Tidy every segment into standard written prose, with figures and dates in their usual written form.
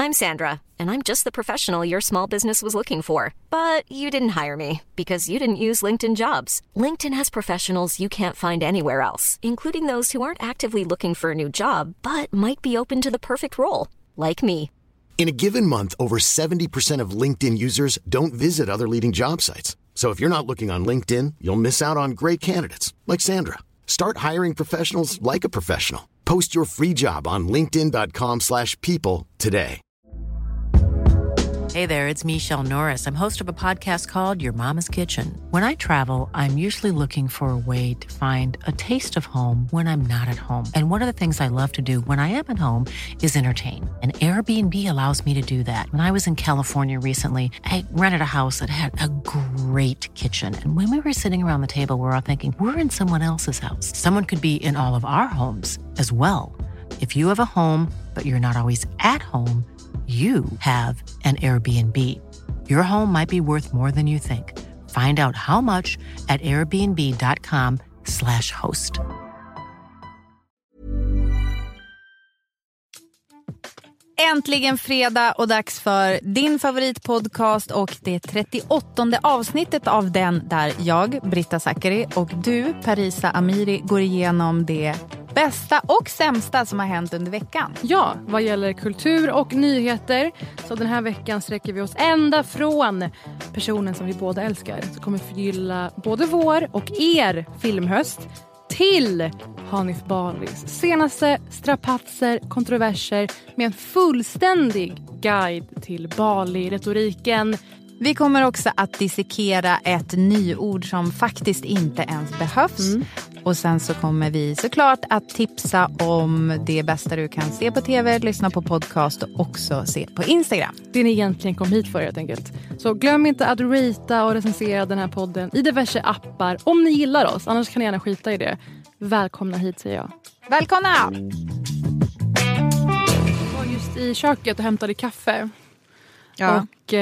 I'm Sandra, and I'm just the professional your small business was looking for. But you didn't hire me because you didn't use LinkedIn Jobs. LinkedIn has professionals you can't find anywhere else, including those who aren't actively looking for a new job, but might be open to the perfect role, like me. In a given month, over 70% of LinkedIn users don't visit other leading job sites. So if you're not looking on LinkedIn, you'll miss out on great candidates like Sandra. Start hiring professionals like a professional. Post your free job on linkedin.com/people today. Hey there, it's Michelle Norris. I'm host of a podcast called Your Mama's Kitchen. When I travel, I'm usually looking for a way to find a taste of home when I'm not at home. And one of the things I love to do when I am at home is entertain. And Airbnb allows me to do that. When I was in California recently, I rented a house that had a great kitchen. And when we were sitting around the table, we're all thinking, we're in someone else's house. Someone could be in all of our homes as well. If you have a home, but you're not always at home, you have an Airbnb. Your home might be worth more than you think. Find out how much at airbnb.com/host. Äntligen fredag och dags för din favoritpodcast och det 38:e avsnittet av den där jag, Britta Zackari, och du, Parisa Amiri, går igenom det bästa och sämsta som har hänt under veckan. Ja, vad gäller kultur och nyheter. Så den här veckan sträcker vi oss ända från personen som vi båda älskar, som kommer förgylla både vår och er filmhöst, till Hanif Balis senaste strapatser, kontroverser med en fullständig guide till Bali-retoriken. Vi kommer också att dissekera ett nyord som faktiskt inte ens behövs. Och sen så kommer vi såklart att tipsa om det bästa du kan se på tv, lyssna på podcast och också se på Instagram. Det ni egentligen kom hit för, helt enkelt. Så glöm inte att ratea och recensera den här podden i diverse appar om ni gillar oss. Annars kan ni gärna skita i det. Välkomna hit, säger jag. Välkomna! Jag var just i köket och hämtade kaffe. Ja. Och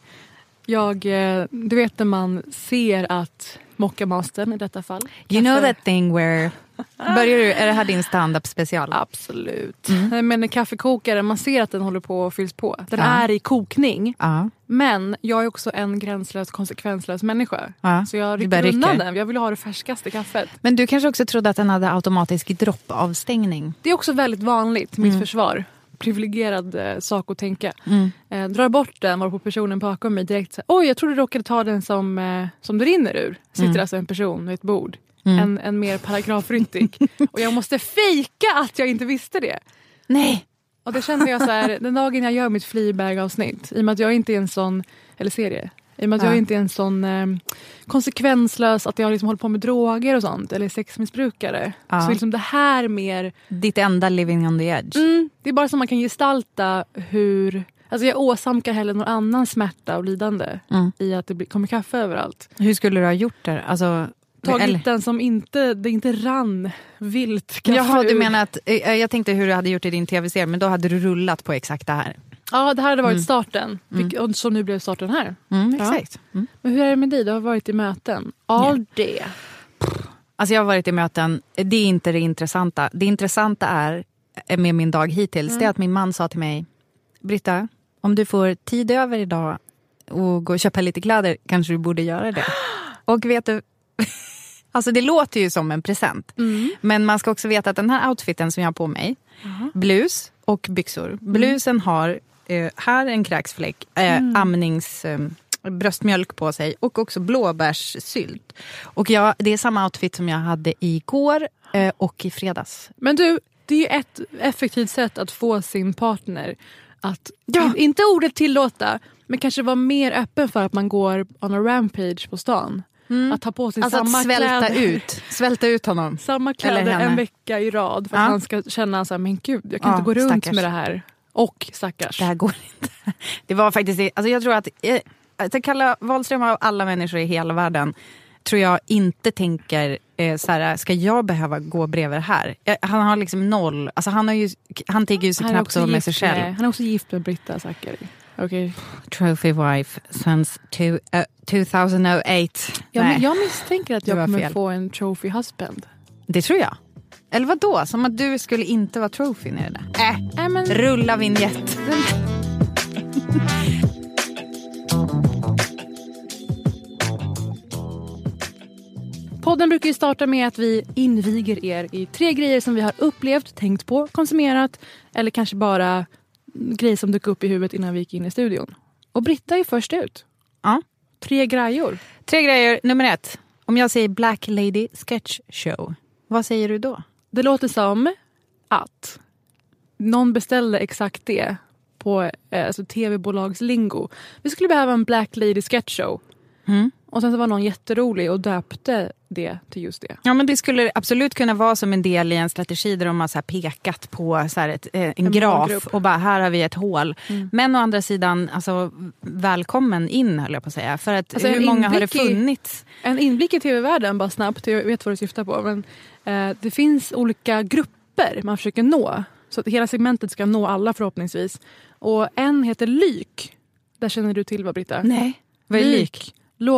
du vet när man ser att Moccamastern i detta fall. You know that thing where... är det här din stand-up special? Absolut. Men kaffekokaren, man ser att den håller på att fylls på. Den är i kokning. Men jag är också en gränslös, konsekvenslös människa. Så jag rycker undan den. Jag vill ha det färskaste kaffet. Men du kanske också trodde att den hade automatisk droppavstängning. Det är också väldigt vanligt, mitt försvar. Privilegierad sak att tänka. Drar bort den, var på personen bakom mig direkt så här, oj, jag trodde du råkade ta den som det rinner ur. Sitter alltså en person vid ett bord. En mer paragrafryntig. Och jag måste fejka att jag inte visste det. Nej. Och det kände jag så här, den dagen jag gör mitt Fleabag-avsnitt, i och med att jag inte är en sån, eller serie, i och med att jag inte är en sån konsekvenslös, att jag liksom håller på med droger och sånt, eller sexmissbrukare. Så liksom det här mer... Ditt enda living on the edge. Det är bara som man kan gestalta hur... Alltså jag åsamkar heller någon annan smärta och lidande i att det kommer kaffe överallt. Hur skulle du ha gjort det? Alltså... Tagit den som inte rann vilt kaffe. Jaha, du menar att... Jag tänkte hur du hade gjort i din tv-serie, men då hade du rullat på exakt det här. Ja, det här hade varit starten. Som nu blev starten här. Exakt. Men hur är det med dig? Du har varit i möten. All day. Alltså jag har varit i möten. Det är inte det intressanta. Det intressanta är med min dag hittills. Det är att min man sa till mig, Britta, om du får tid över idag och gå och köpa lite kläder, kanske du borde göra det. Och vet du... Alltså det låter ju som en present. Men man ska också veta att den här outfiten som jag har på mig, blus och byxor. Blusen har här en kräksfläck, bröstmjölk på sig och också blåbärssylt. Och det är samma outfit som jag hade igår och i fredags. Men du, det är ju ett effektivt sätt att få sin partner att, inte ordet tillåta, men kanske vara mer öppen för att man går on a rampage på stan. Att ta på sig alltså samma kläder. Svälta ut honom. Samma kläder en vecka i rad. För att han ska känna så här, men gud, jag kan inte gå runt stackars. Med det här. Och stackars. Det här går inte. Det var faktiskt, alltså jag tror att Kalle Wahlström av alla människor i hela världen tror jag inte tänker så här, ska jag behöva gå bredvid det här? Han har liksom noll, alltså han tycker ju så knappt så med sig själv. Han är också gift med Britta Zackari. Okay. Trophy wife since 2008. Ja, men jag misstänker att jag kommer få en trophy husband. Det tror jag. Eller vad då? Som att du skulle inte vara trophy i det där. Men... Rulla vignett. Podden brukar ju starta med att vi inviger er i 3 grejer som vi har upplevt, tänkt på, konsumerat eller kanske bara grejer som dök upp i huvudet innan vi gick in i studion. Och Britta är först ut. Ja. 3 grejor. 3 grejer. Nummer 1. Om jag säger Black Lady Sketch Show, vad säger du då? Det låter som att någon beställde exakt det på tv-bolagslingo. Vi skulle behöva en Black Lady Sketch Show. Och sen så var någon jätterolig och döpte det till just det. Ja, men det skulle absolut kunna vara som en del i en strategi där de har så här pekat på så här en graf och bara här har vi ett hål. Men å andra sidan, alltså välkommen in höll jag på att säga. För att alltså, hur många har det funnits? En inblick i tv-världen bara snabbt, jag vet vad du syftar på. Men det finns olika grupper man försöker nå. Så att hela segmentet ska nå alla förhoppningsvis. Och en heter Lyk. Där känner du till vad, Britta? Nej, vad är Lyk?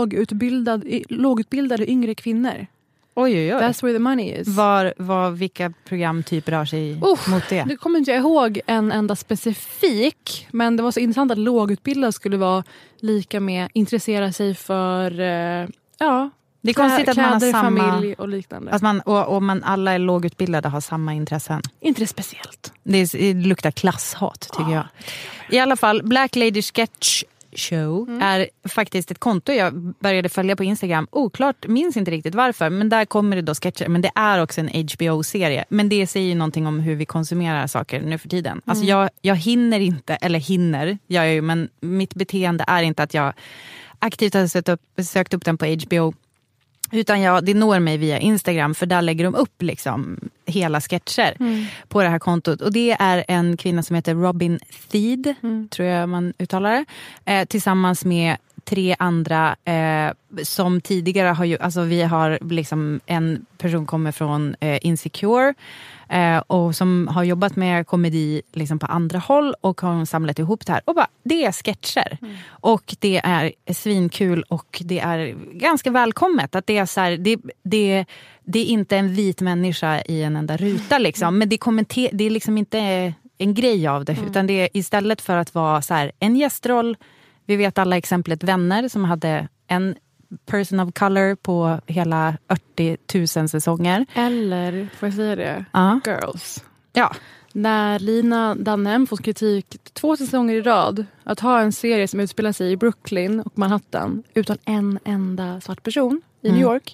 Lågutbildade yngre kvinnor. Oj. That's where the money is. Vilka programtyper rör sig mot det? Nu kommer inte jag ihåg en enda specifik. Men det var så intressant att lågutbildad skulle vara lika med intressera sig för det är konstigt att man har samma familj och liknande. Att man alla är lågutbildade har samma intressen. Inte det speciellt. Det luktar klasshat tycker jag. I alla fall Black Lady Sketch Show är faktiskt ett konto jag började följa på Instagram. Oklart, minns inte riktigt varför. Men där kommer det då sketcher. Men det är också en HBO-serie. Men det säger ju någonting om hur vi konsumerar saker nu för tiden. Alltså jag hinner inte, eller hinner jag ju, men mitt beteende är inte att jag aktivt har sökt upp den på HBO. Utan det når mig via Instagram, för där lägger de upp liksom hela sketcher på det här kontot. Och det är en kvinna som heter Robin Thede, tror jag man uttalar det, tillsammans med 3 andra som tidigare har ju, alltså vi har liksom en person kommer från Insecure och som har jobbat med komedi liksom på andra håll och har samlat ihop det här. Och bara, det är sketcher. Och det är svinkul och det är ganska välkommet att det är så här, det är inte en vit människa i en enda ruta liksom, men det är liksom inte en grej av det, utan det är istället för att vara så här en gästroll. Vi vet alla exemplet Vänner som hade en person of color på hela 80 000 säsonger. Eller, får jag säga det? Girls. Ja. När Lina Dunham får kritik 2 säsonger i rad att ha en serie som utspelar sig i Brooklyn och Manhattan utan en enda svart person i New York.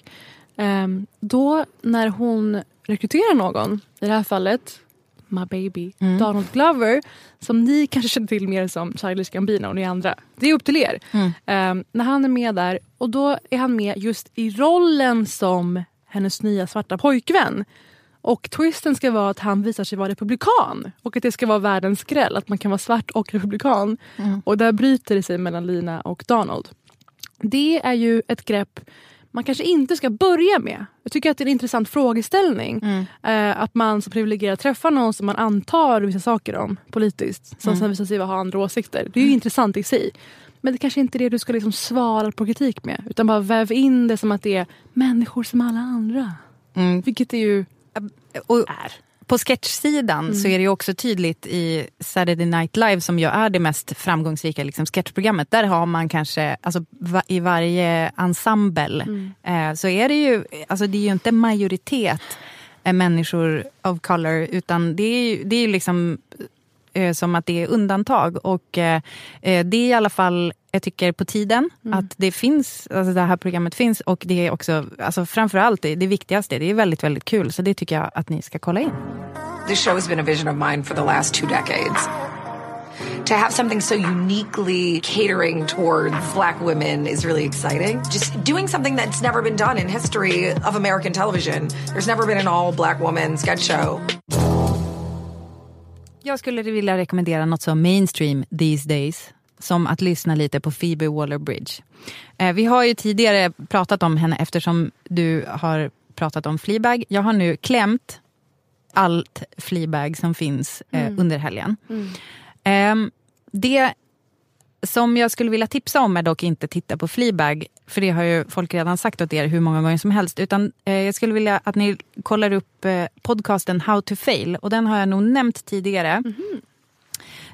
Då när hon rekryterar någon, i det här fallet my baby, Donald Glover, som ni kanske känner till mer som Childish Gambino och ni andra. Det är upp till er. När han är med där, och då är han med just i rollen som hennes nya svarta pojkvän. Och twisten ska vara att han visar sig vara republikan. Och att det ska vara världens skräll, att man kan vara svart och republikan. Och där bryter det sig mellan Lina och Donald. Det är ju ett grepp man kanske inte ska börja med. Jag tycker att det är en intressant frågeställning. Att man som privilegierad träffar någon som man antar vissa saker om politiskt. Som sen visar sig ha andra åsikter. Det är ju intressant i sig. Men det kanske inte är det du ska liksom svara på kritik med. Utan bara väv in det som att det är människor som alla andra. Vilket det ju är. På sketchsidan så är det ju också tydligt i Saturday Night Live, som ju är det mest framgångsrika liksom, sketchprogrammet. Där har man kanske, alltså i varje ensemble så är det ju, alltså det är ju inte majoritet människor of color, utan det är ju liksom som att det är undantag. Och det är i alla fall, jag tycker, på tiden att det finns, alltså det här programmet finns, och det är också, alltså framförallt det viktigaste, det är väldigt, väldigt kul, så det tycker jag att ni ska kolla in. This show has been a vision of mine for the last 2 decades. To have something so uniquely catering towards Black women is really exciting. Just doing something that's never been done in history of American television. There's never been an all Black woman sketch show. Jag skulle vilja rekommendera något som mainstream these days, som att lyssna lite på Phoebe Waller-Bridge. Vi har ju tidigare pratat om henne eftersom du har pratat om Fleabag. Jag har nu klämt allt Fleabag som finns under helgen. Det som jag skulle vilja tipsa om är dock inte titta på Fleabag, för det har ju folk redan sagt åt er hur många gånger som helst, utan jag skulle vilja att ni kollar upp podcasten How to Fail, och den har jag nog nämnt tidigare.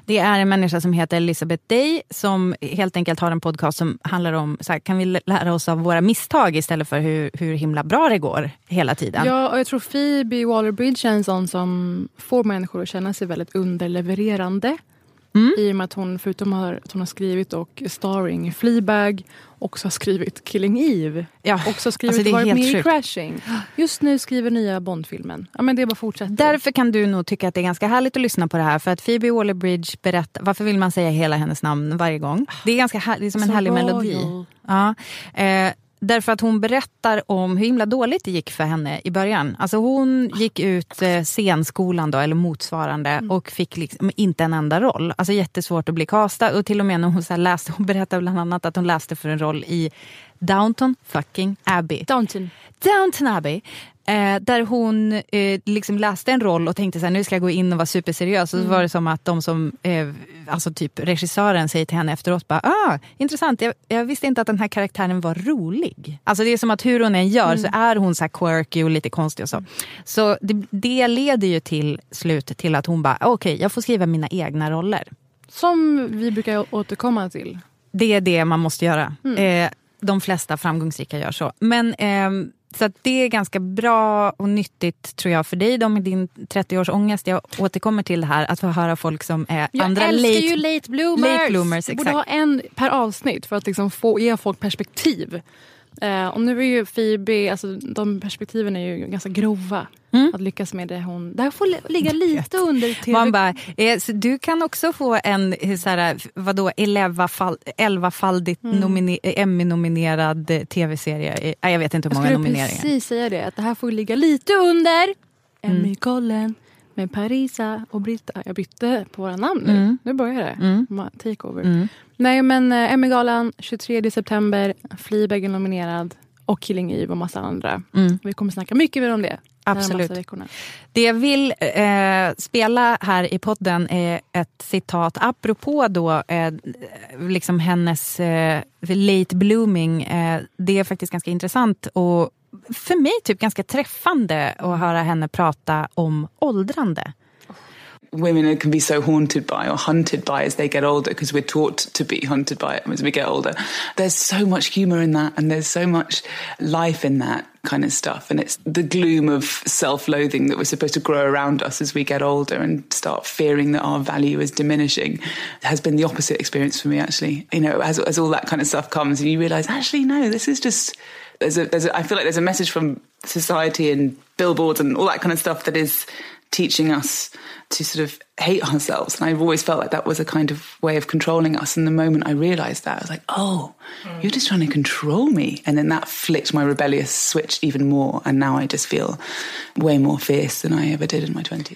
Det är en människa som heter Elizabeth Day som helt enkelt har en podcast som handlar om så här, kan vi lära oss av våra misstag istället för hur himla bra det går hela tiden. Ja, och jag tror Phoebe Waller-Bridge är en sån som får människor att känna sig väldigt underlevererande. I och med att hon förutom att hon har skrivit och starring i Fleabag också har skrivit Killing Eve. Ja, också har skrivit alltså och varit med i sjukt. Crashing. Just nu skriver nya Bond-filmen. Ja, men det är bara fortsätter. Därför kan du nog tycka att det är ganska härligt att lyssna på det här. För att Phoebe Waller-Bridge berättar, varför vill man säga hela hennes namn varje gång? Det är ganska det är som en härlig melodi. Ja. Därför att hon berättar om hur himla dåligt det gick för henne i början. Alltså hon gick ut scenskolan då, eller motsvarande och fick liksom inte en enda roll. Alltså jättesvårt att bli castad. Och till och med när hon så här läste, hon berättade bland annat att hon läste för en roll i Downton fucking Abbey. Downton Abbey. Där hon liksom läste en roll och tänkte så här, nu ska jag gå in och vara superseriös. Och så var det som att de som, alltså typ regissören säger till henne efteråt bara, intressant, jag visste inte att den här karaktären var rolig. Alltså det är som att hur hon än gör så är hon så här quirky och lite konstig och så. Så det leder ju till slut till att hon bara, okej, jag får skriva mina egna roller. Som vi brukar återkomma till. Det är det man måste göra. De flesta framgångsrika gör så. Men så att det är ganska bra och nyttigt tror jag för dig då med din 30-års ångest. Jag återkommer till det här att få höra folk som är andra älskar ju late bloomers. Exakt. Borde ha en per avsnitt för att liksom ge folk perspektiv. Och nu är ju Phoebe, alltså de perspektiven är ju ganska grova. Att lyckas med det där får ligga lite under TV. Man bara, du kan också få en såhär, vadå, 11-faldigt Emmy-nominerad tv-serie. Jag vet inte hur många nomineringar. Jag skulle precis säga det, att det här får ligga lite under Emmy-kollen med Parisa och Britta. Jag bytte på våra namn nu. Nu börjar det. Takeover. Nej, men Emmy-galan 23 september. Fleabag är nominerad. Och Killing Eve och massa andra. Vi kommer snacka mycket mer om det. Absolut. Det jag vill spela här i podden är ett citat apropå då liksom hennes late blooming. Det är faktiskt ganska intressant och för mig typ ganska träffande att höra henne prata om åldrande. Women can be so haunted by or hunted by as they get older because we're taught to be hunted by it as we get older. There's so much humour in that and there's so much life in that kind of stuff, and it's the gloom of self-loathing that we're supposed to grow around us as we get older and start fearing that our value is diminishing. It has been the opposite experience for me actually. You know, as all that kind of stuff comes and you realise actually no, this is just I feel like there's a message from society and billboards and all that kind of stuff that is teaching us to sort of hate ourselves. And I've always felt like that was a kind of way of controlling us. And the moment I realised that, I was like, oh, you're just trying to control me. And then that flicked my rebellious switch even more. And now I just feel way more fierce than I ever did in my 20s.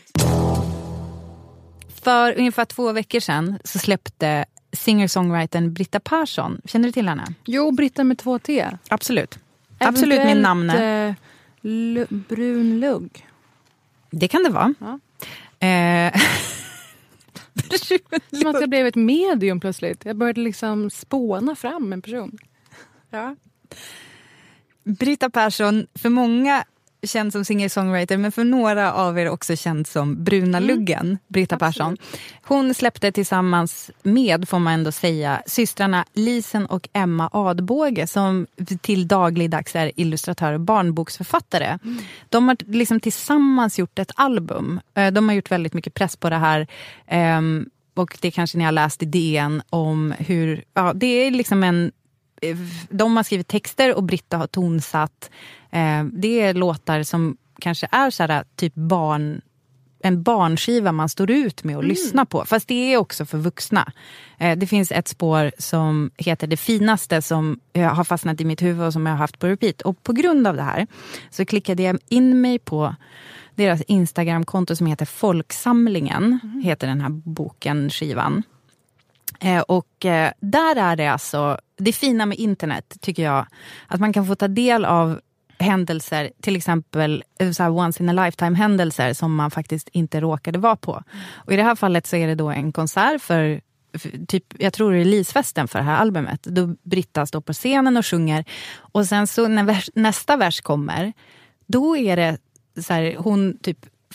För ungefär 2 veckor sedan så släppte singer-songwritern Britta Persson. Känner du till henne? Jo, Britta med 2 T. Absolut. Absolut min namn. Brun lugg. Det kan det vara. Ja. Som att jag blev ett medium plötsligt. Jag började liksom spåna fram en person. Ja. Britta Persson, för många känd som singer-songwriter, men för några av er också känd som bruna luggen, Britta Persson. Hon släppte tillsammans med, får man ändå säga, systrarna Lisen och Emma Adbåge som till dagligdags är illustratörer och barnboksförfattare. De har liksom tillsammans gjort ett album. De har gjort väldigt mycket press på det här. Och det kanske ni har läst i DN om hur, ja, det är liksom de har skrivit texter och Britta har tonsatt. Det är låtar som kanske är så här, typ en barnskiva man står ut med och lyssnar på. Fast det är också för vuxna. Det finns ett spår som heter Det finaste som har fastnat i mitt huvud och som jag har haft på repeat. Och på grund av det här så klickade jag in mig på deras Instagram-konto som heter Folksamlingen. Heter den här boken, skivan. Och där är det alltså, det fina med internet tycker jag, att man kan få ta del av händelser, till exempel så här once in a lifetime händelser som man faktiskt inte råkade vara på. Och i det här fallet så är det då en konsert för typ, jag tror det är releasefesten för det här albumet. Då Britta står på scenen och sjunger och sen så när nästa vers kommer, då är det så här, hon typ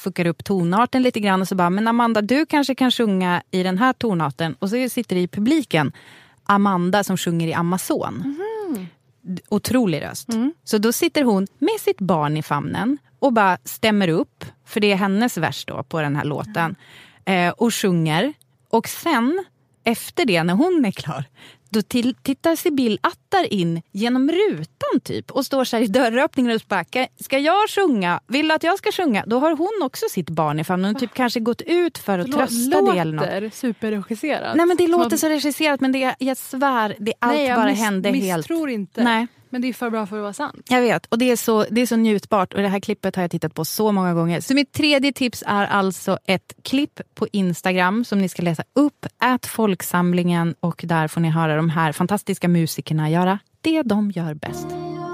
fuckar upp tonarten lite grann och så bara, men Amanda, du kanske kan sjunga i den här tonarten. Och så sitter det i publiken Amanda som sjunger i Amazon. Otrolig röst. Så då sitter hon med sitt barn i famnen och bara stämmer upp, för det är hennes vers då på den här låten, och sjunger. Och sen efter det, när hon är klar, då tittar Sibyl Attar in genom rutan typ och står så här i dörröppningen och bara, ska jag sjunga? Vill du att jag ska sjunga? Då har hon också sitt barn i famnen och typ kanske gått ut för att trösta det eller något. Det låter superregisserat. Nej, men det låter så regisserat, men jag svär, allt bara hände helt. Misstror inte. Nej. Men det är för bra för att vara sant. Jag vet, och det är så njutbart. Och det här klippet har jag tittat på så många gånger. Så mitt tredje tips är alltså ett klipp på Instagram som ni ska läsa upp, @folksamlingen, och där får ni höra de här fantastiska musikerna göra det de gör bäst.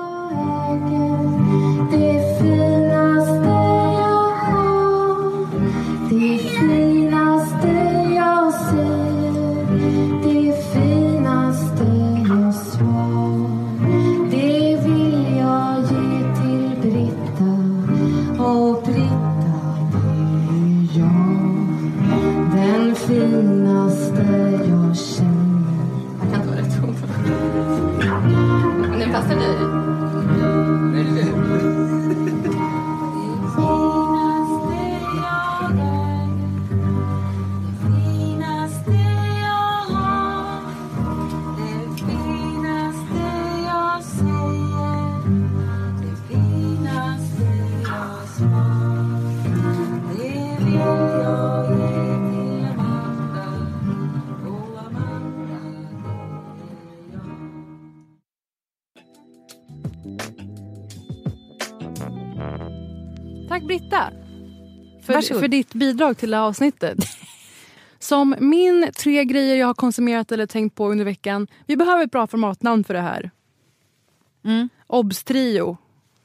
Det finaste jag har, det finaste jag ser, det finaste jag svar, det vill jag ge till Britta, och Britta, det är jag, den finaste jag känner. Jag kan inte vara rätt ton. Men den passar dig. Tack Britta för ditt bidrag till det här avsnittet. Som min 3 grejer jag har konsumerat eller tänkt på under veckan. Vi behöver ett bra formatnamn för det här. Obs-trio.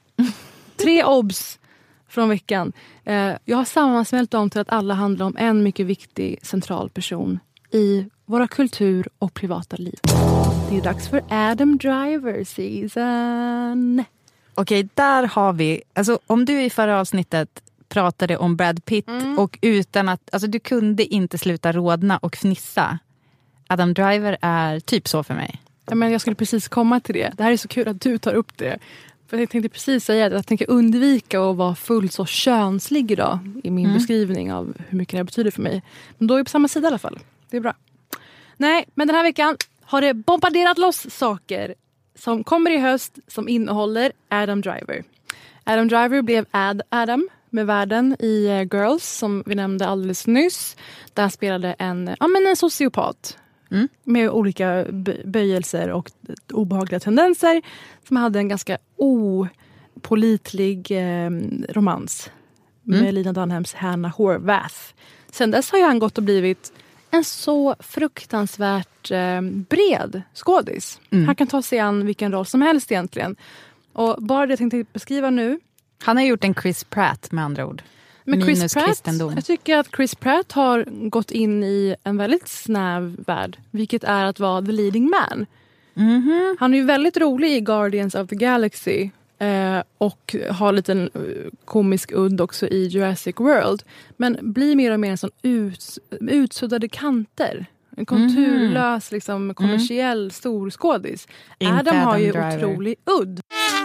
3 obs från veckan. Jag har sammansmält dem till att alla handlar om en mycket viktig central person i våra kultur- och privata liv. Det är dags för Adam Driver season. Okej, där har vi, alltså om du i förra avsnittet pratade om Brad Pitt och utan att, alltså du kunde inte sluta rodna och fnissa. Adam Driver är typ så för mig. Ja, men jag skulle precis komma till det. Det här är så kul att du tar upp det. För jag tänkte precis säga att jag tänker undvika att vara fullt så könslig idag i min beskrivning av hur mycket det betyder för mig. Men då är vi på samma sida i alla fall. Det är bra. Nej, men den här veckan har det bombarderat loss saker som kommer i höst som innehåller Adam Driver. Adam Driver blev Adam med världen i Girls som vi nämnde alldeles nyss. Där han spelade en sociopat med olika böjelser och obehagliga tendenser som hade en ganska opålitlig romans med Lina Dunhams Hannah Horvath. Sen dess har han gått och blivit en så fruktansvärt bred skådis. Han kan ta sig an vilken roll som helst egentligen. Och bara det jag tänkte beskriva nu. Han har gjort en Chris Pratt med andra ord. Men Minus Chris Pratt, kristendom. jag tycker att Chris Pratt har gått in i en väldigt snäv värld. Vilket är att vara the leading man. Han är ju väldigt rolig i Guardians of the Galaxy. Och har lite komisk udd också i Jurassic World. Men blir mer och mer en sån utsuddade kanter. En konturlös, liksom, kommersiell storskådis. Adam har ju otrolig udd.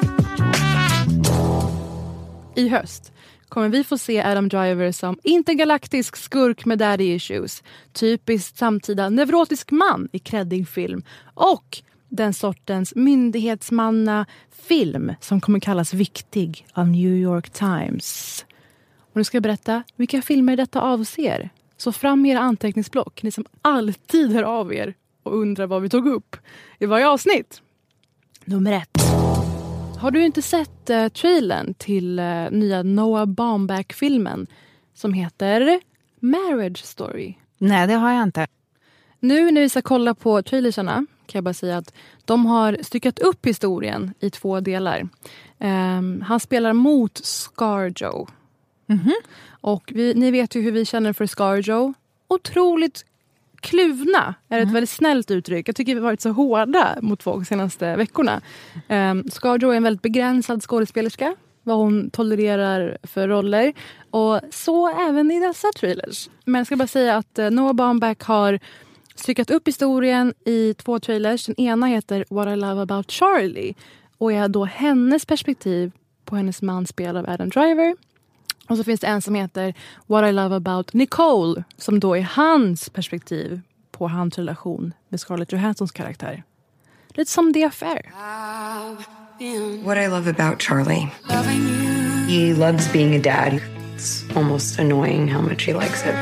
I höst kommer vi få se Adam Driver som intergalaktisk skurk med daddy issues. Typiskt samtida neurotisk man i kreddig film. Och den sortens myndighetsmanna-film som kommer kallas viktig av New York Times. Och nu ska jag berätta vilka filmer detta avser. Så fram med era anteckningsblock, ni som alltid hör av er och undrar vad vi tog upp i varje avsnitt. Nummer 1. Har du inte sett trailern till nya Noah Baumbach-filmen som heter Marriage Story? Nej, det har jag inte. Nu när vi ska kolla på trailersarna kan jag bara säga att de har styckat upp historien i 2 delar. Han spelar mot ScarJo. Och ni vet ju hur vi känner för ScarJo. Otroligt kluvna är ett väldigt snällt uttryck. Jag tycker vi har varit så hårda mot folk de senaste veckorna. ScarJo är en väldigt begränsad skådespelerska. vad hon tolererar för roller. Och så även i dessa trailers. Men jag ska bara säga att Noah Baumbach har styckat upp historien i 2 trailers. Den ena heter What I Love About Charlie. Och är då hennes perspektiv på hennes man spel av Adam Driver. Och så finns det en som heter What I Love About Nicole. Som då är hans perspektiv på hans relation med Scarlett Johanssons karaktär. Lite som The Affair. What I love about Charlie. He loves being a dad. It's almost annoying how much he likes it.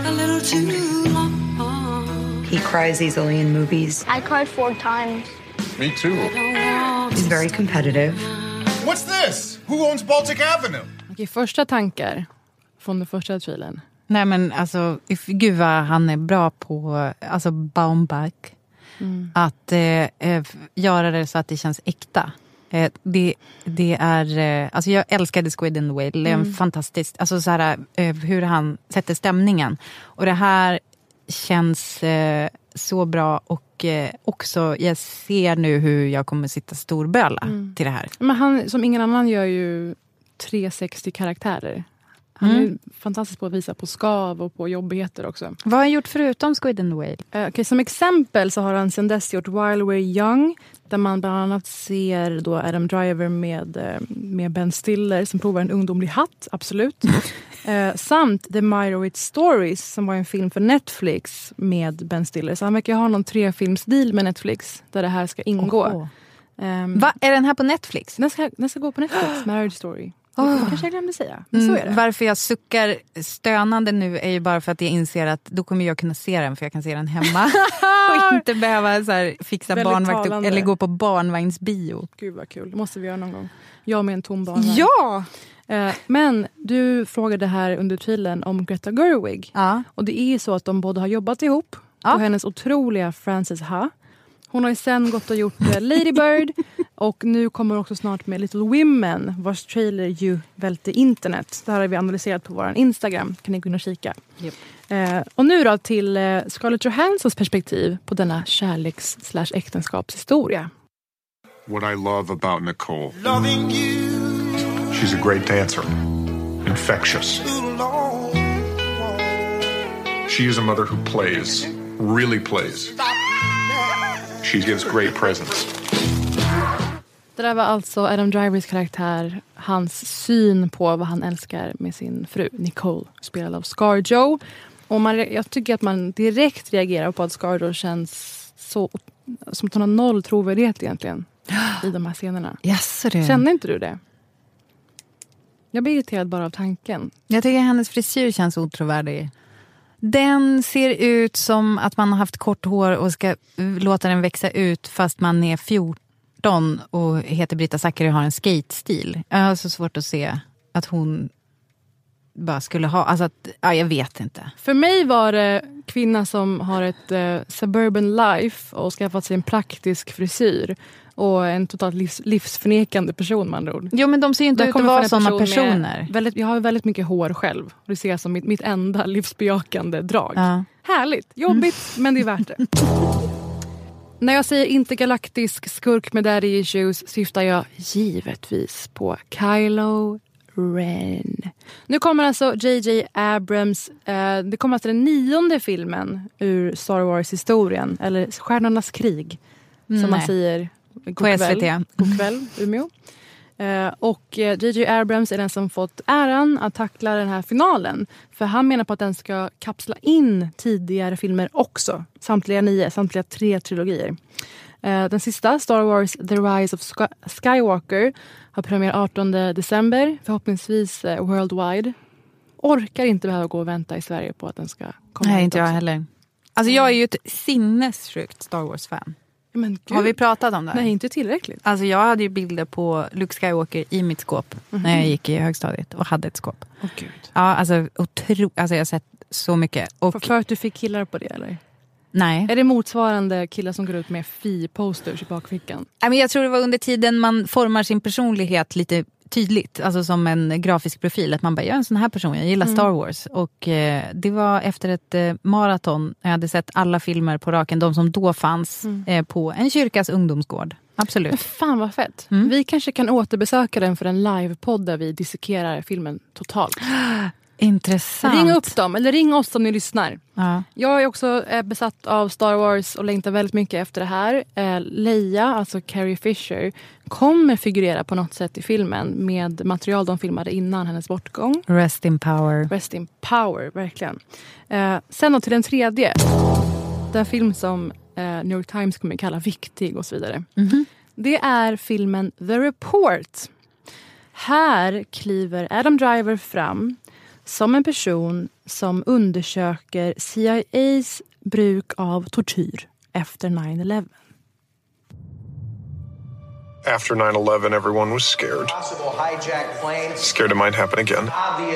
He cries easily in movies. I cried 4 times. Me too. He's very competitive. What's this? Who owns Baltic Avenue? Okej, första tankar från den första trailern. Nej men alltså, gud vad han är bra på, alltså Baumbach. Att göra det så att det känns äkta. Det är, alltså jag älskade Squid and the Whale. Det är en fantastisk, alltså så här, hur han sätter stämningen. Och det här känns så bra och också, jag ser nu hur jag kommer sitta storböla till det här. Men han, som ingen annan, gör ju 360 karaktärer. Han är fantastisk på att visa på skav och på jobbigheter också. Vad har han gjort förutom Squid and the Whale? Okay, som exempel så har han sedan dess gjort While We're Young. Där man bland annat ser då Adam Driver med Ben Stiller som provar en ungdomlig hatt, absolut. Samt The Meyerowitz Stories som var en film för Netflix med Ben Stiller. Så han verkar ha någon 3-filmsdeal med Netflix där det här ska ingå. Va? Är den här på Netflix? Den ska gå på Netflix, Marriage Story. Kanske jag glömde säga, men så är det. Varför jag suckar stönande nu är ju bara för att jag inser att då kommer jag kunna se den, för jag kan se den hemma och inte behöva så här, fixa barnvakt eller gå på barnvagnsbio. Gud vad kul, det måste vi göra någon gång. Jag med en tom barnvagn. Ja! Men du frågade här under trailern om Greta Gerwig. Ja. Och det är ju så att de båda har jobbat ihop på hennes otroliga Frances Ha. Hon har ju sen gått och gjort Lady Bird och nu kommer också snart med Little Women, vars trailer ju välte internet. Det här har vi analyserat på vår Instagram, kan ni gå in och kika. Yep. Och nu då till Scarlett Johanssons perspektiv på denna kärleks/äktenskapshistoria. What I love about Nicole. Loving you. She's a great dancer. Infectious. She is a mother who plays. Really plays. She gives great presents. Det där var alltså Adam Drivers karaktär, hans syn på vad han älskar med sin fru Nicole, spelad av ScarJo. Och jag tycker att man direkt reagerar på att ScarJo känns så som att hon har noll trovärdighet egentligen i de här scenerna. Yes, det. Känner inte du det? Jag blir irriterad bara av tanken. Jag tycker att hennes frisyr känns otrovärdig. Den ser ut som att man har haft kort hår och ska låta den växa ut fast man är 14 och heter Britta Zackari och har en skate-stil. Jag har så svårt att se att hon bara skulle ha, alltså att, ja, jag vet inte. För mig var det kvinna som har ett suburban life och skaffat sig en praktisk frisyr och en totalt livsförnekande person, man ord. Jo, men de ser ju inte ut att vara sådana personer. Jag har väldigt mycket hår själv och det ser jag som mitt enda livsbejakande drag. Ja. Härligt, jobbigt, men det är värt det. När jag säger intergalaktisk skurk med daddy issues syftar jag givetvis på Kylo Ren. Nu kommer alltså J.J. Abrams, det kommer alltså den 9:e filmen ur Star Wars-historien, eller Stjärnornas krig, som man säger. God kväll, Umeå. Och J.J. Abrams är den som fått äran att tackla den här finalen. För han menar på att den ska kapsla in tidigare filmer också. Samtliga 3 trilogier. Den sista, Star Wars The Rise of Skywalker, har premiär 18 december. Förhoppningsvis worldwide. Orkar inte behöva gå och vänta i Sverige på att den ska komma. Nej, inte jag heller. Alltså jag är ju ett sinnessjukt Star Wars-fan. Men har vi pratat om det? Nej, inte tillräckligt. Alltså jag hade ju bilder på Luke Skywalker i mitt skåp när jag gick i högstadiet och hade ett skåp. Gud. Ja, alltså jag har sett så mycket. Och för att du fick killar på det, eller? Nej. Är det motsvarande killar som går ut med posters i bakfickan? Nej, men jag tror det var under tiden man formar sin personlighet lite tydligt. Alltså som en grafisk profil. Att man bara, jag är en sån här person, jag gillar Star Wars. Och det var efter ett maraton. Jag hade sett alla filmer på raken. De som då fanns på en kyrkas ungdomsgård. absolut. Men fan vad fett. Vi kanske kan återbesöka den för en livepodd där vi dissekerar filmen totalt. Intressant. Ring upp dem, eller ring oss om ni lyssnar. Ja. Jag är också besatt av Star Wars och längtar väldigt mycket efter det här. Leia, alltså Carrie Fisher, kommer figurera på något sätt i filmen med material de filmade innan hennes bortgång. Rest in power. Rest in power, verkligen. Sen då till den tredje. Den film som New York Times kommer kalla viktig och så vidare. Det är filmen The Report. Här kliver Adam Driver fram som en person som undersöker CIAs bruk av tortyr efter 9/11. After 9/11, everyone was scared. Scared it might happen again.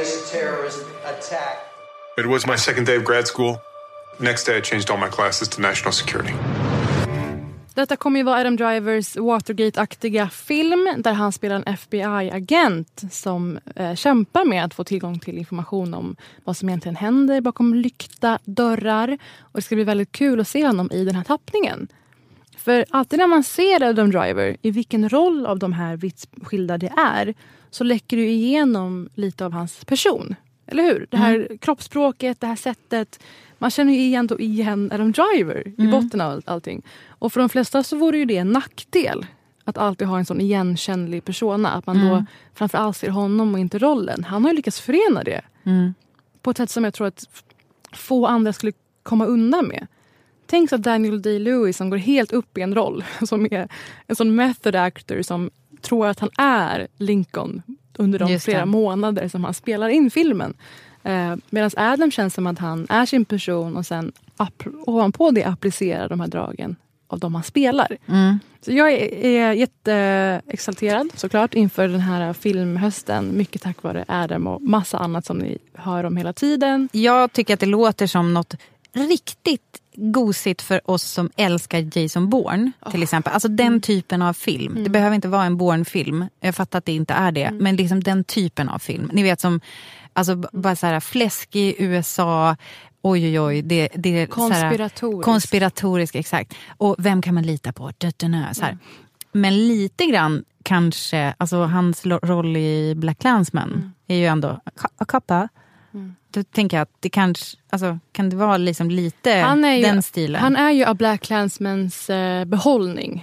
It was my second day of grad school. Next day I changed all my classes to national security. Detta kommer ju vara Adam Drivers Watergate-aktiga film där han spelar en FBI-agent som kämpar med att få tillgång till information om vad som egentligen händer bakom lyckta dörrar. Och det ska bli väldigt kul att se honom i den här tappningen. För alltid när man ser Adam Driver, i vilken roll av de här vitt skilda det är, så läcker du igenom lite av hans person. Eller hur? Det här kroppsspråket, det här sättet. Man känner ju igen Adam Driver i botten av allting. Och för de flesta så vore ju det en nackdel. Att alltid ha en sån igenkännlig persona. Att man då framförallt ser honom och inte rollen. Han har ju lyckats förena det. På ett sätt som jag tror att få andra skulle komma undan med. Tänk så att Daniel Day-Lewis som går helt upp i en roll. Som är en sån method actor som tror att han är Lincoln under de flera månader som han spelar in filmen. Medan Adam känns som att han är sin person och sen ovanpå det applicerar de här dragen av de han spelar. Så jag är jätteexalterad såklart inför den här filmhösten. Mycket tack vare Adam och massa annat som ni hör om hela tiden. Jag tycker att det låter som något riktigt gosigt för oss som älskar Jason Bourne till exempel. Alltså den typen av film. Det behöver inte vara en Bourne-film. Jag fattar att det inte är det. Men liksom den typen av film. Ni vet som alltså bara så här fläsk i USA. Oj. Det är konspiratoriskt, exakt. Och vem kan man lita på? Så här. Men lite grann kanske, alltså hans roll i Black Klansman är ju ändå a coppa. Då tänker jag att det kanske, alltså, kan det vara liksom lite den stilen? Han är ju A Black Klansmans behållning.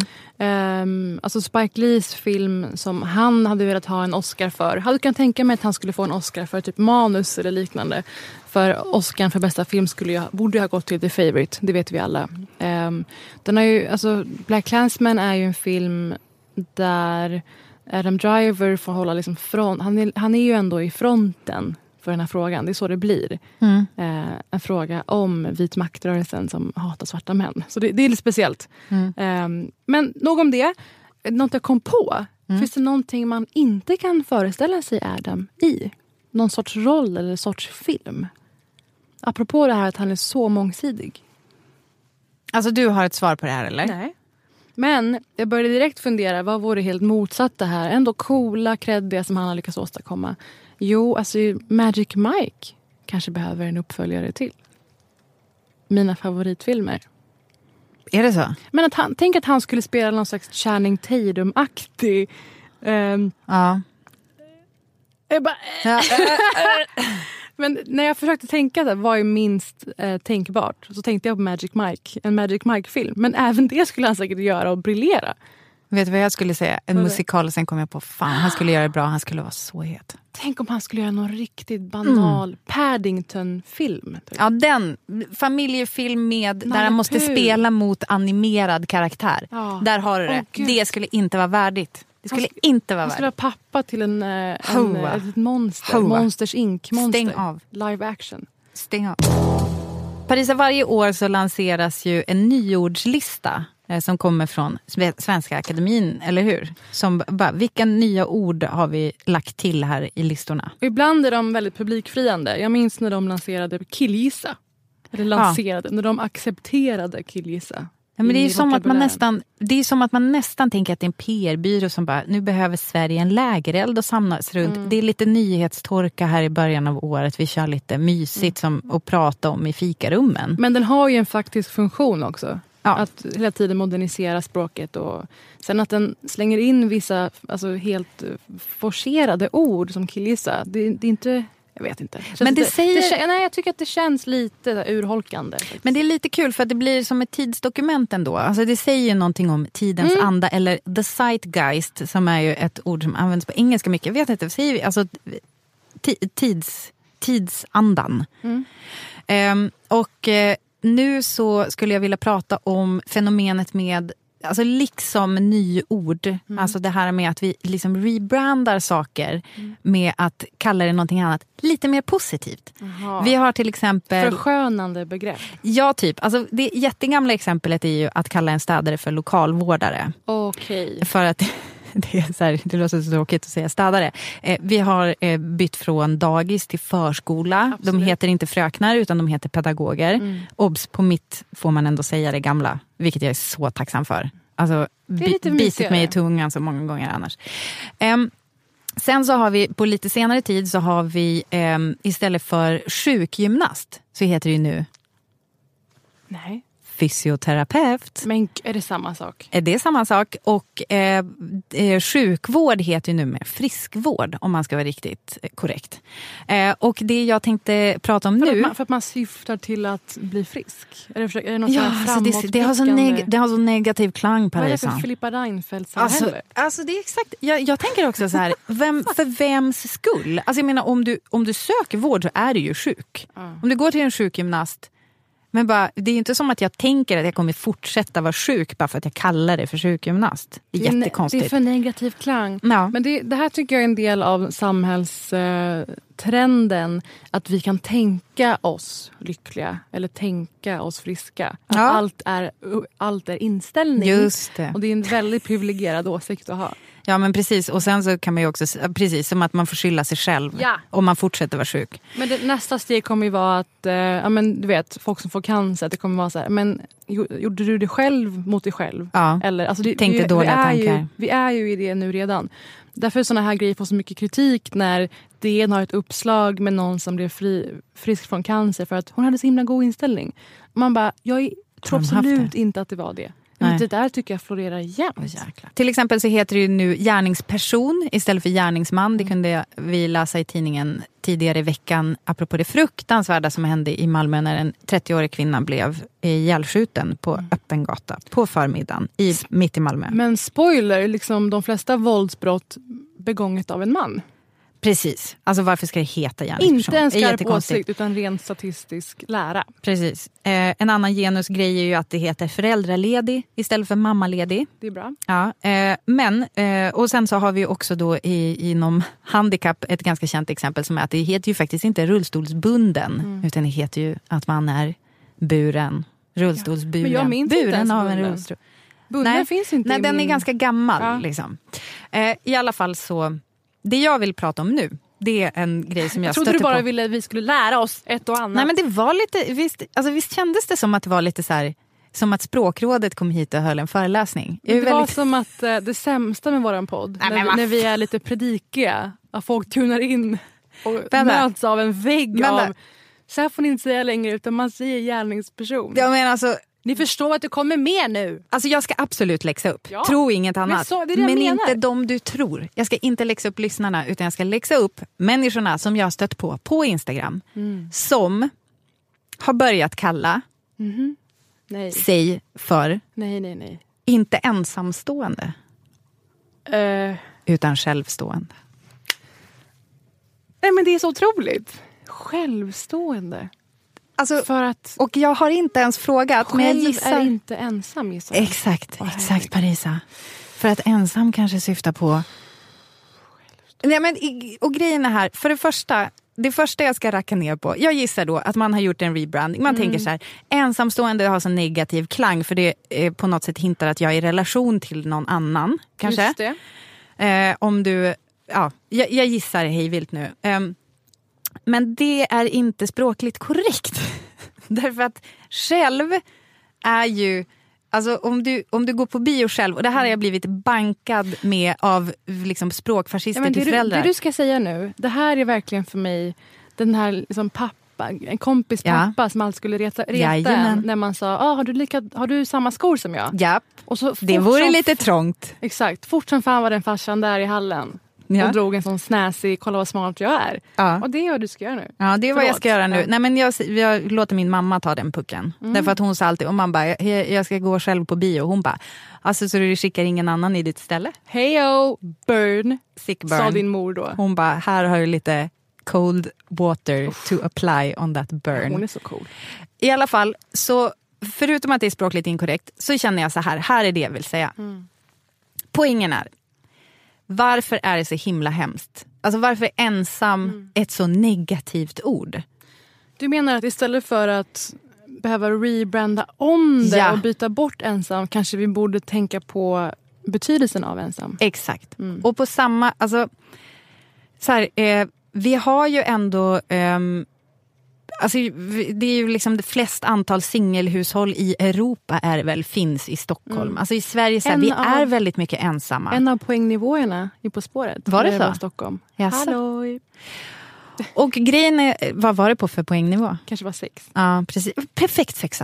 Alltså Spike Lees film som han hade velat ha en Oscar för. Hade kunnat tänka mig att han skulle få en Oscar för typ manus eller liknande. För Oscar för bästa film borde ha gått till The Favourite, det vet vi alla. Den har ju, alltså Black Klansman är ju en film där Adam Driver får hålla liksom han är ju ändå i fronten för den här frågan. Det är så det blir. En fråga om vit maktrörelsen som hatar svarta män. Så det är lite speciellt. Men nog om det. Något jag kom på. Finns det någonting man inte kan föreställa sig Adam i? Någon sorts roll eller sorts film? Apropå det här att han är så mångsidig. Alltså du har ett svar på det här eller? Nej. Men jag började direkt fundera, vad vore helt motsatt det här? Ändå coola, kreddiga som han har lyckats åstadkomma. Jo, alltså Magic Mike kanske behöver en uppföljare till. Mina favoritfilmer. Är det så? Men tänk att han skulle spela någon slags Channing Tatum-aktig. Ja. Jag bara, Men när jag försökte tänka att vad är minst tänkbart så tänkte jag på Magic Mike. En Magic Mike-film. Men även det skulle han säkert göra och briljera. Vet du vad jag skulle säga? En musikal och sen kom jag på han skulle göra det bra. Han skulle vara så het. Tänk om han skulle göra någon riktigt banal Paddington-film. Typ. Ja, den familjefilm där han måste spela mot animerad karaktär. Ja. Där har du det. Det skulle inte vara värdigt. Det skulle inte vara värdigt. Han skulle vara pappa till ett monster. Monsters Inc-monster. Stäng av. Live action. Stäng av. Parisa, varje år så lanseras ju en nyordslista som kommer från Svenska Akademin, eller hur? Som vilka nya ord har vi lagt till här i listorna? Ibland är de väldigt publikfriande. Jag minns när de lanserade killgissa. När de accepterade killgissa. Ja, men det är som att man nästan tänker att det är en PR-byrå som bara, nu behöver Sverige en lägereld och samlas runt. Det är lite nyhetstorka här i början av året. Vi kör lite mysigt som att prata om i fikarummen. Men den har ju en faktisk funktion också. Ja. Att hela tiden modernisera språket. Och sen att den slänger in vissa alltså, helt forcerade ord som killgissa. Det är inte... Jag vet inte. Men nej, jag tycker att det känns lite urholkande. Faktiskt. Men det är lite kul för att det blir som ett tidsdokument ändå. Alltså det säger ju någonting om tidens anda. Eller the zeitgeist som är ju ett ord som används på engelska mycket. Jag vet inte, säger vi? Alltså tidsandan. Nu så skulle jag vilja prata om fenomenet med... Alltså liksom nyord. Alltså det här med att vi liksom rebrandar saker med att kalla det någonting annat. Lite mer positivt. Aha. Vi har till exempel... Förskönande begrepp. Ja, typ. Alltså det jättegamla exemplet är ju att kalla en städare för lokalvårdare. Okej. För att... Det är så här, det låter så tråkigt att säga städare. Vi har bytt från dagis till förskola. Absolut. De heter inte fröknar utan de heter pedagoger. Obs, på mitt får man ändå säga det gamla. Vilket jag är så tacksam för. Alltså, bitit mig i tungan så många gånger annars. Sen så har vi på lite senare tid så har vi istället för sjukgymnast så heter det ju nu Nej. fysioterapeut. Men är det samma sak? Det är samma sak och sjukvård heter ju nu med friskvård om man ska vara riktigt korrekt. Och det jag tänkte prata om nu... För att man syftar till att bli frisk? Är det något alltså det har så negativ klang på det. Vad är det det för Filippa Reinfeldt-samhälle? Alltså det är exakt... Jag tänker också så här, för vems skull? Alltså jag menar om du söker vård så är du ju sjuk. Om du går till en sjukgymnast. Men bara, det är ju inte som att jag tänker att jag kommer fortsätta vara sjuk bara för att jag kallar det för sjukgymnast. Det är jättekonstigt. Det är för negativ klang. Ja. Men det här tycker jag är en del av samhällstrenden. Att vi kan tänka oss lyckliga eller tänka oss friska. Att allt är inställning. Just det. Och det är en väldigt privilegierad åsikt att ha. Ja men precis, och sen så kan man ju också, precis som att man får skylla sig själv om man fortsätter vara sjuk. Men nästa steg kommer ju vara att, men du vet, folk som får cancer, det kommer vara så här, men gjorde du det själv mot dig själv? Ja, eller, alltså tänkte dåliga tankar. Vi är ju i det nu redan. Därför är sådana här grejer får så mycket kritik när DN har ett uppslag med någon som blev frisk från cancer för att hon hade så himla god inställning. Man bara, jag tror absolut inte att det var det. Men det där tycker jag florerar jämt. Till exempel så heter det ju nu gärningsperson istället för gärningsman. Det kunde vi läsa i tidningen tidigare i veckan apropå det fruktansvärda som hände i Malmö när en 30-årig kvinna blev ihjälskjuten på öppen gata på förmiddagen mitt i Malmö. Men spoiler, liksom de flesta våldsbrott begånget av en man. Precis. Alltså varför ska det heta gärningsperson? Inte en skarp åsikt utan rent statistisk lära. Precis. En annan genusgrej är ju att det heter föräldraledig istället för mammaledig. Det är bra. Ja, och sen så har vi också då inom handikapp ett ganska känt exempel som är att det heter ju faktiskt inte rullstolsbunden utan det heter ju att man är buren, rullstolsburen. Men jag minns buren inte av bunden. En rullstol. Bunden finns inte. Nej, den är ganska gammal liksom. I alla fall så det jag vill prata om nu, det är en grej som jag stötte på. Jag trodde du bara ville att vi skulle lära oss ett och annat. Nej, men det var lite, visst kändes det som att det var lite så här, som att språkrådet kom hit och höll en föreläsning. Det var som att det sämsta med våran podd, när vi är lite predikiga, att folk tunar in och möts av en vägg av, så här får ni inte säga längre utan man säger gärningsperson. Ja, men alltså... Ni förstår att det kommer med nu. Alltså jag ska absolut läxa upp. Ja. Tro inget annat. Men inte de du tror. Jag ska inte läxa upp lyssnarna utan jag ska läxa upp människorna som jag har stött på Instagram. Som har börjat kalla sig för nej. Inte ensamstående. Utan självstående. Nej men det är så otroligt. Självstående. Alltså, för att och jag har inte ens frågat, men jag gissar... är inte ensam, gissar. Exakt Parisa. För att ensam kanske syftar på... Nej, men, och grejen är här, för det första jag ska racka ner på, jag gissar då att man har gjort en rebranding. Man tänker så här, ensamstående har så negativ klang för det på något sätt hintar att jag är i relation till någon annan, kanske. Just det. Om du... Ja, jag gissar hejvilt nu. Men det är inte språkligt korrekt. Därför att själv är ju... Alltså om du går på bio själv, och det här har jag blivit bankad med av liksom språkfascister till föräldrar. Det du ska säga nu, det här är verkligen för mig den här liksom pappa, en kompis pappa som alltid skulle reta en när man sa, har du samma skor som jag? Ja, och så det vore lite trångt. Exakt, fort som fan var den farsan där i hallen. Och drog en sån snäsig, kolla vad smart jag är. Ja. Och det är vad du ska göra nu. Ja, det är vad jag ska göra nu. Nej, men jag låter min mamma ta den pucken. Därför att hon sa alltid, och man bara, jag ska gå själv på bio. Hon bara, alltså så du skickar ingen annan i ditt ställe? Heyo, burn. Sick burn. Sa din mor då. Hon bara, här har du lite cold water to apply on that burn. Hon är så cool. I alla fall, så förutom att det är språkligt inkorrekt så känner jag så här är det jag vill säga. Poängen är, varför är det så himla hemskt? Alltså varför är ensam ett så negativt ord? Du menar att istället för att behöva rebranda om det och byta bort ensam, kanske vi borde tänka på betydelsen av ensam? Exakt. Och på samma, alltså så här, vi har ju ändå alltså det är ju liksom det flest antal singelhushåll i Europa finns i Stockholm. Alltså i Sverige så här, vi är väldigt mycket ensamma. En av poängnivåerna i På spåret. Var det så? Stockholm. Halloj. Och grejen är, vad var det på för poängnivå? Kanske var 6. Ja, precis. Perfekt 6.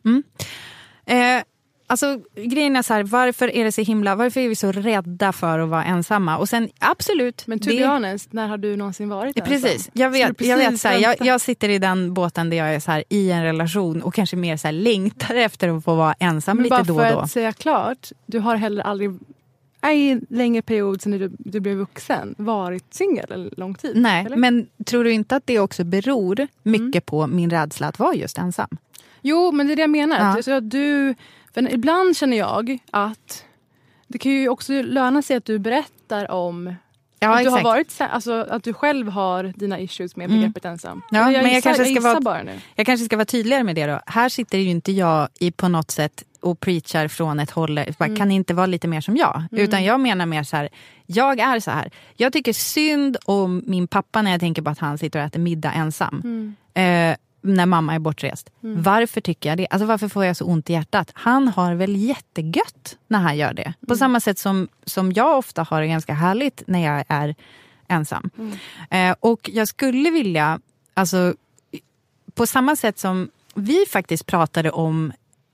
Alltså grejen är så här, varför är vi så rädda för att vara ensamma? Och sen absolut. Men to be honest, när har du någonsin varit ensam? Precis, jag vet så här, jag sitter i den båten där jag är så här i en relation och kanske mer så här längtar efter att få vara ensam lite då och då. Men bara för att säga klart, du har heller aldrig i en längre period sedan du blev vuxen varit singel en lång tid. Nej, eller? Men tror du inte att det också beror mycket på min rädsla att vara just ensam? Jo, men det är det jag menar. Så för ibland känner jag att det kan ju också löna sig att du berättar om att du har varit, alltså att du själv har dina issues med begreppet ensam. Ja, men jag kanske ska vara tydligare med det då. Här sitter ju inte jag i på något sätt och preachar från ett håll. Kan inte vara lite mer som jag. Utan jag menar mer så här, jag är så här. Jag tycker synd om min pappa när jag tänker på att han sitter och äter middag ensam. När mamma är bortrest. Varför tycker jag det? Alltså varför får jag så ont i hjärtat? Han har väl jättegött när han gör det. På samma sätt som jag ofta har det ganska härligt när jag är ensam. Och jag skulle vilja, alltså på samma sätt som vi faktiskt pratade om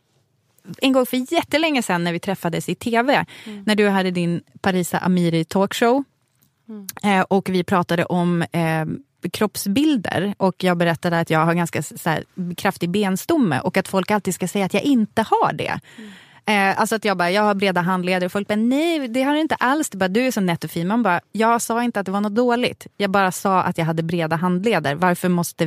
en gång för jättelänge sedan när vi träffades i tv. När du hade din Parisa Amiri talkshow. Och vi pratade om kroppsbilder och jag berättade att jag har ganska så här, kraftig benstomme och att folk alltid ska säga att jag inte har det. Alltså att jag har breda handleder och folk bara, nej det har du inte alls, det bara, du är så nätt och fin. Man bara, jag sa inte att det var något dåligt, jag bara sa att jag hade breda handleder. Varför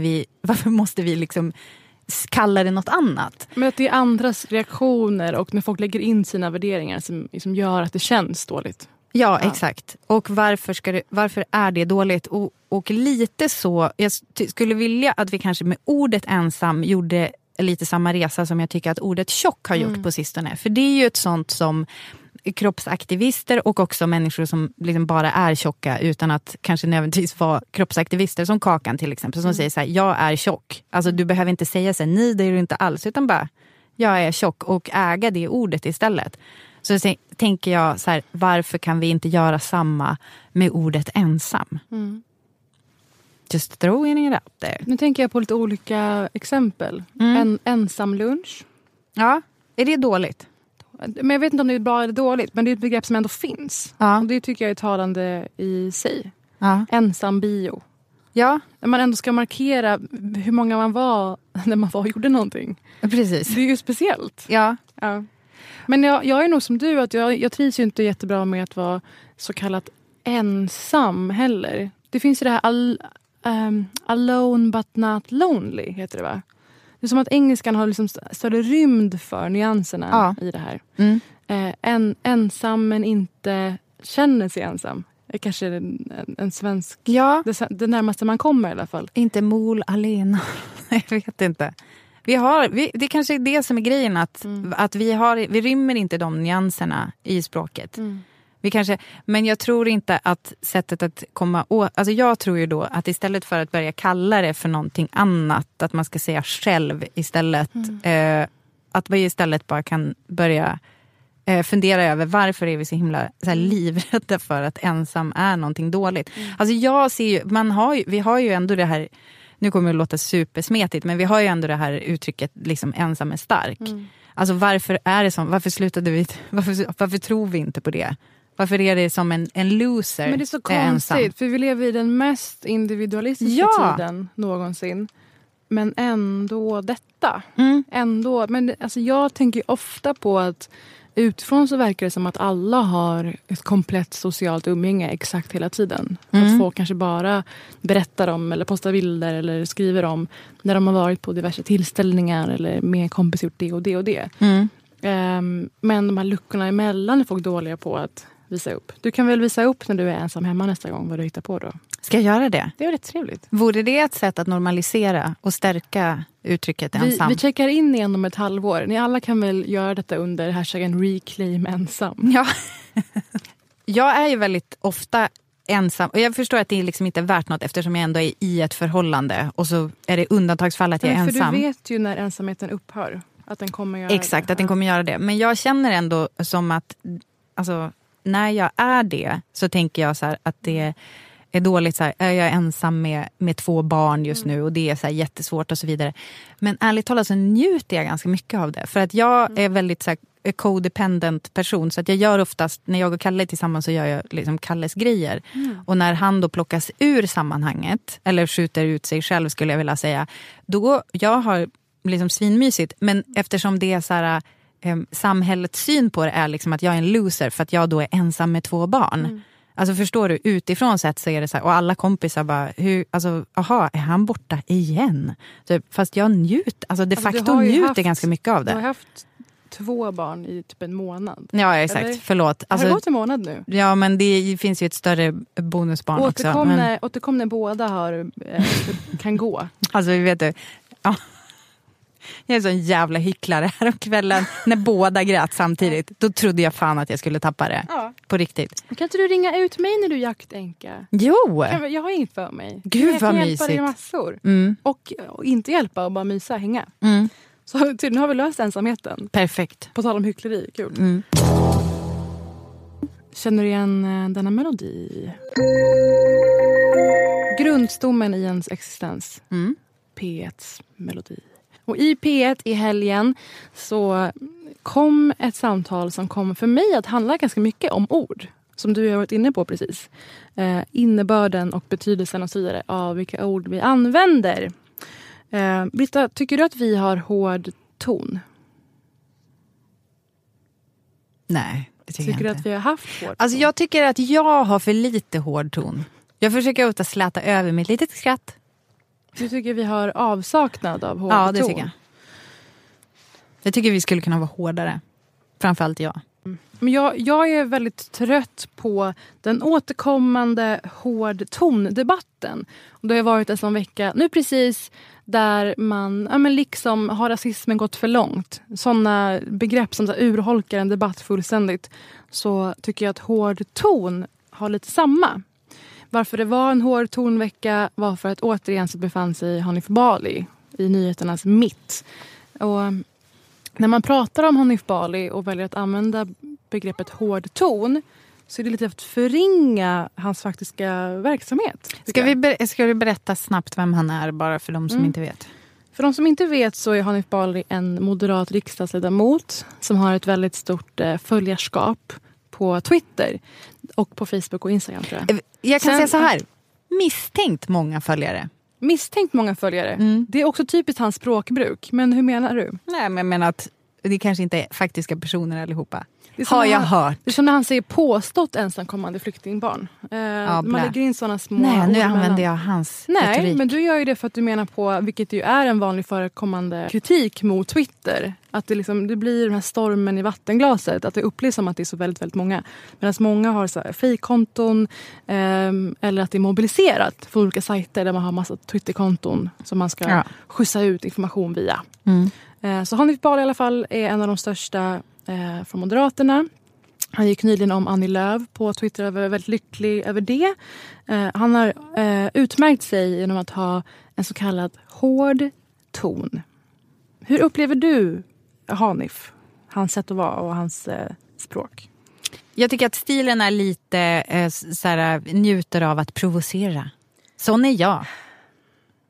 måste vi liksom kalla det något annat? Men att det är andras reaktioner och när folk lägger in sina värderingar som gör att det känns dåligt. Ja, exakt. Och varför är det dåligt? Och lite så, jag skulle vilja att vi kanske med ordet ensam gjorde lite samma resa som jag tycker att ordet tjock har gjort på sistone. För det är ju ett sånt som kroppsaktivister och också människor som liksom bara är tjocka utan att kanske nödvändigtvis vara kroppsaktivister som Kakan till exempel som säger så här, jag är tjock. Alltså du behöver inte säga så här, nej det är du inte alls utan bara, jag är tjock och äga det ordet istället. Så tänker jag så här, varför kan vi inte göra samma med ordet ensam? Just throwing it out there. Nu tänker jag på lite olika exempel. En ensam lunch. Ja, är det dåligt? Men jag vet inte om det är bra eller dåligt, men det är ett begrepp som ändå finns. Ja. Och det tycker jag är talande i sig. Ja. Ensam bio. Ja. När man ändå ska markera hur många man var när man var och gjorde någonting. Precis. Det är ju speciellt. Ja. Ja. Men jag är nog som du, att jag trivs ju inte jättebra med att vara så kallat ensam heller. Det finns ju det här alone but not lonely heter det, va? Det är som att engelskan har liksom större rymd för nyanserna i det här. Ensam men inte känner sig ensam. Är kanske en svensk... Ja. Det närmaste man kommer i alla fall. Inte mol alena. Jag vet inte. Det kanske är det som är grejen, att vi rymmer inte de nyanserna i språket. Men jag tror inte att sättet att komma åt, alltså jag tror ju då att istället för att börja kalla det för någonting annat, att man ska säga själv istället, att vi istället bara kan börja fundera över varför är vi så himla så här livrädda för att ensam är någonting dåligt. Alltså jag ser ju, vi har ju ändå det här nu kommer det låta supersmetigt, men vi har ju ändå det här uttrycket liksom ensam är stark. Alltså varför är det som, varför slutade vi, varför tror vi inte på det? Varför är det som en loser? Men det är så konstigt, för vi lever i den mest individualistiska tiden någonsin. Men ändå detta. Ändå, men alltså jag tänker ofta på att utifrån så verkar det som att alla har ett komplett socialt umgänge exakt hela tiden. Att folk kanske bara berättar om eller postar bilder eller skriver om när de har varit på diverse tillställningar eller med en kompis gjort det och det och det. Men de här luckorna emellan är folk dåliga på att visa upp. Du kan väl visa upp när du är ensam hemma nästa gång vad du hittar på då. Ska jag göra det? Det är rätt trevligt. Vore det ett sätt att normalisera och stärka uttrycket ensam? Vi checkar in igen om ett halvår. Ni alla kan väl göra detta under hashtaggen reclaim ensam. Ja. Jag är ju väldigt ofta ensam. Och jag förstår att det liksom inte är värt något eftersom jag ändå är i ett förhållande. Och så är det undantagsfall att jag är ensam. För du vet ju när ensamheten upphör. Att den kommer göra Exakt, att den kommer göra det. Men jag känner ändå som att... Alltså, när jag är det så tänker jag så här att det är dåligt. Så här, är jag ensam med 2 barn just nu och det är så här jättesvårt och så vidare. Men ärligt talat så njuter jag ganska mycket av det. För att jag är väldigt så här, codependent person. Så att jag gör oftast, när jag och Kalle tillsammans så gör jag liksom Kalles grejer. Och när han då plockas ur sammanhanget eller skjuter ut sig själv skulle jag vilja säga. Då, jag har liksom svinmysigt. Men eftersom det är så här... samhällets syn på det är liksom att jag är en loser för att jag då är ensam med 2 barn. Alltså förstår du, utifrån sett så är det så här, och alla kompisar bara, är han borta igen? Så, fast jag njuter, alltså de facto njuter ganska mycket av det. Du har haft 2 barn i typ en månad. Ja, exakt, eller? Förlåt. Alltså, har det gått en månad nu? Ja, men det finns ju ett större bonusbarn också. Återkom när båda kan gå. Alltså vi vet du, ja. Jag är så en jävla hycklare här om kvällen när båda grät samtidigt. Då trodde jag fan att jag skulle tappa det. Ja. På riktigt. Kan inte du ringa ut mig när du jaktänka? Jo! Jag har inget för mig. Gud vad mysigt. Jag kan hjälpa dig massor. Och inte hjälpa och bara mysa och hänga. Så tydligen har vi löst ensamheten. Perfekt. På tal om hyckleri. Kul. Känner du igen denna melodi? Grundstommen i ens existens. P1s melodi. Och i P1 i helgen så kom ett samtal som kom för mig att handla ganska mycket om ord. Som du har varit inne på precis. Innebörden och betydelsen och så vidare av vilka ord vi använder. Britta, tycker du att vi har hård ton? Nej, det tycker jag inte. Tycker du att vi har haft hård ton? Alltså jag tycker att jag har för lite hård ton. Jag försöker att släta över med ett litet skratt. Du tycker vi har avsaknad av hård ton? Ja, det tycker jag. Jag tycker vi skulle kunna vara hårdare. Framförallt jag. Men jag är väldigt trött på den återkommande hård ton-debatten. Och det har varit en sån vecka nu precis där man liksom har rasismen gått för långt. Sådana begrepp som så urholkar en debatt fullständigt. Så tycker jag att hård ton har lite samma. Varför det var en hård tonvecka var för att återigen så befann sig Hanif Bali i nyheternas mitt. Och när man pratar om Hanif Bali och väljer att använda begreppet hård ton så är det lite att förringa hans faktiska verksamhet. Ska vi berätta snabbt vem han är bara för de som inte vet? För de som inte vet så är Hanif Bali en moderat riksdagsledamot som har ett väldigt stort följarskap på Twitter och på Facebook och Instagram tror jag. Jag kan säga så här, misstänkt många följare. Misstänkt många följare. Det är också typiskt hans språkbruk. Men hur menar du? Nej, men jag menar att det kanske inte är faktiska personer allihopa. Har jag hört. Det är som när han säger påstått ensamkommande flyktingbarn. Man lägger in sådana små... Nej, nu använder jag hans retorik. Nej, men du gör ju det för att du menar på, vilket ju är en vanlig förekommande kritik mot Twitter. Att det blir den här stormen i vattenglaset. Att det upplevs som att det är så väldigt, väldigt många. Medan många har så här fejkkonton eller att det är mobiliserat för olika sajter där man har massa Twitterkonton som man ska skjutsa ut information via. Så Hanif Bali i alla fall är en av de största från Moderaterna. Han gick nyligen om Annie Lööf på Twitter och var väldigt lycklig över det. Han har utmärkt sig genom att ha en så kallad hård ton. Hur upplever du Hanif? Hans sätt att vara och hans språk? Jag tycker att stilen är lite njuter av att provocera. Sån är jag.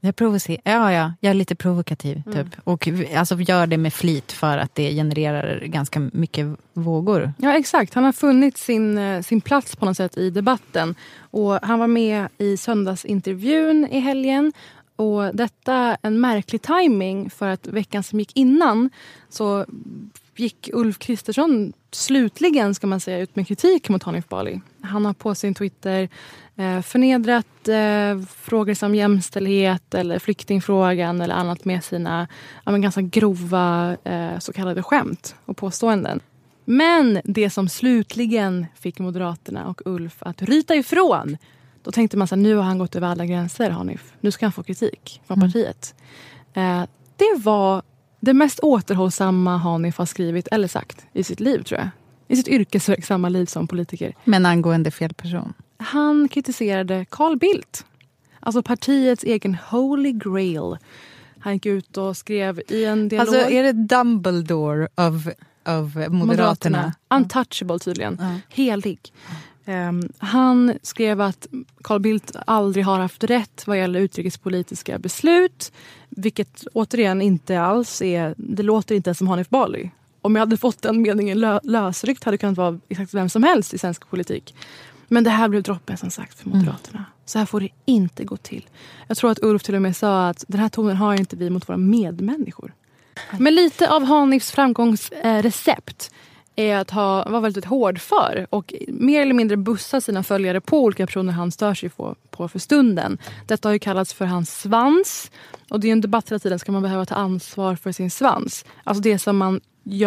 Jag är lite provokativ typ. Och alltså gör det med flit för att det genererar ganska mycket vågor. Ja, exakt. Han har funnit sin plats på något sätt i debatten. Och han var med i söndagsintervjun i helgen. Och detta en märklig timing för att veckan som gick innan så gick Ulf Kristersson slutligen, ska man säga, ut med kritik mot Hanif Bali. Han har på sin Twitter förnedrat frågor som jämställdhet eller flyktingfrågan eller annat med sina ganska grova så kallade skämt och påståenden. Men det som slutligen fick Moderaterna och Ulf att ryta ifrån, då tänkte man så här, nu har han gått över alla gränser, Hanif. Nu ska han få kritik från partiet. Det var det mest återhållsamma Hanif har skrivit eller sagt i sitt liv, tror jag. I sitt yrkesverksamma liv som politiker. Men angående fel person? Han kritiserade Carl Bildt. Alltså partiets egen holy grail. Han gick ut och skrev i en dialog. Alltså är det Dumbledore av Moderaterna? Untouchable tydligen. Helig. Han skrev att Carl Bildt aldrig har haft rätt vad gäller utrikespolitiska beslut. Vilket återigen inte alls är, det låter inte ens som Hanif Bali. Om jag hade fått den meningen lösryckt hade det kunnat vara exakt vem som helst i svensk politik. Men det här blev droppen som sagt för Moderaterna. Så här får det inte gå till. Jag tror att Ulf till och med sa att den här tonen har inte vi mot våra medmänniskor. Men lite av Hanifs framgångsrecept är att vara väldigt hård för och mer eller mindre bussa sina följare på olika personer han stör sig på för stunden. Detta har ju kallats för hans svans. Och det är en debatt hela tiden, ska man behöva ta ansvar för sin svans? Alltså det som man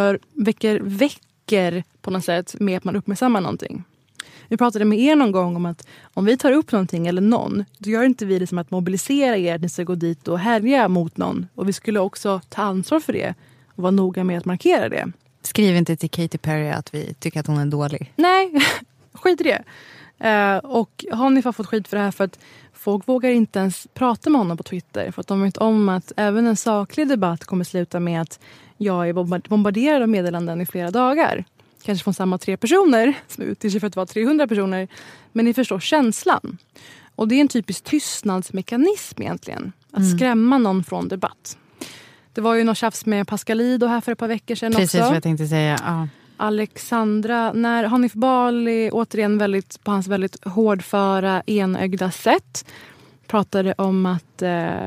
väcker på något sätt med att man uppmärksammar någonting. Vi pratade med er någon gång om att om vi tar upp någonting eller någon, då gör inte vi det som att mobilisera er att ni ska gå dit och härja mot någon. Och vi skulle också ta ansvar för det och vara noga med att markera det. Skriv inte till Katy Perry att vi tycker att hon är dålig. Nej, skit i det. Och Hanif har fått skit för det här för att folk vågar inte ens prata med honom på Twitter. För att de vet om att även en saklig debatt kommer sluta med att jag är bombarderad av meddelanden i flera dagar. Kanske från samma 3 personer som utger sig för att vara 300 personer. Men ni förstår känslan. Och det är en typisk tystnadsmekanism egentligen. Att skrämma någon från debatt. Det var ju något tjafs med Pascalido här för ett par veckor sedan. Precis också. Vad jag tänkte säga. Ja. Alexandra, när Hanif Bali återigen på hans väldigt hårdföra, enögda sätt pratade om att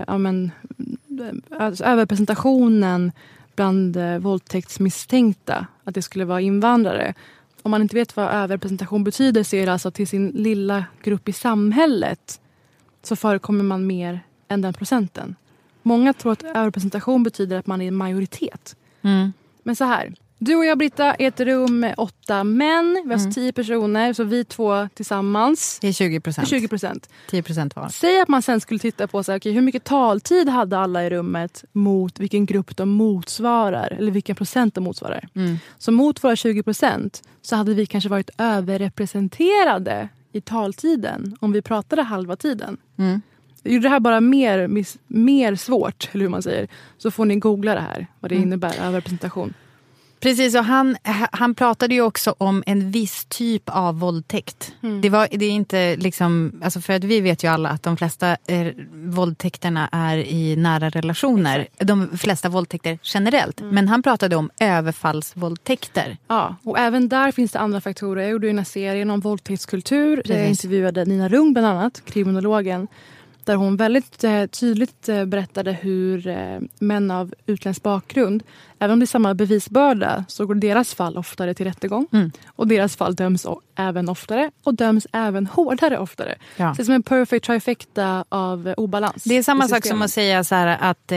alltså överrepresentationen bland våldtäktsmisstänkta, att det skulle vara invandrare. Om man inte vet vad överrepresentation betyder så är det alltså till sin lilla grupp i samhället så förekommer man mer än den procenten. Många tror att överrepresentation betyder att man är en majoritet. Men så här, du och jag, Britta, är ett rum med 8 män. Vi har 10 personer, så vi 2 tillsammans. Det är 20%. 20%. 10% var. Säg att man sen skulle titta på så här, okay, hur mycket taltid hade alla i rummet mot vilken grupp de motsvarar. Eller vilken procent de motsvarar. Så mot våra 20% så hade vi kanske varit överrepresenterade i taltiden om vi pratade halva tiden. Det är det här bara mer svårt, eller hur man säger. Så får ni googla det här, vad det innebär, överrepresentation. Precis, och han pratade ju också om en viss typ av våldtäkt. Det är inte liksom, alltså för att vi vet ju alla att de flesta våldtäkterna är i nära relationer. Exakt. De flesta våldtäkter generellt. Men han pratade om överfallsvåldtäkter. Ja, och även där finns det andra faktorer. Jag gjorde ju en serie om våldtäktskultur. Där jag intervjuade Nina Rung bland annat, kriminologen. Där hon väldigt tydligt berättade hur män av utländsk bakgrund, även om det är samma bevisbörda, så går deras fall oftare till rättegång. Och deras fall döms även oftare och döms även hårdare oftare. Ja. Så det är som en perfect trifecta av obalans. Det är samma sak som att säga så här att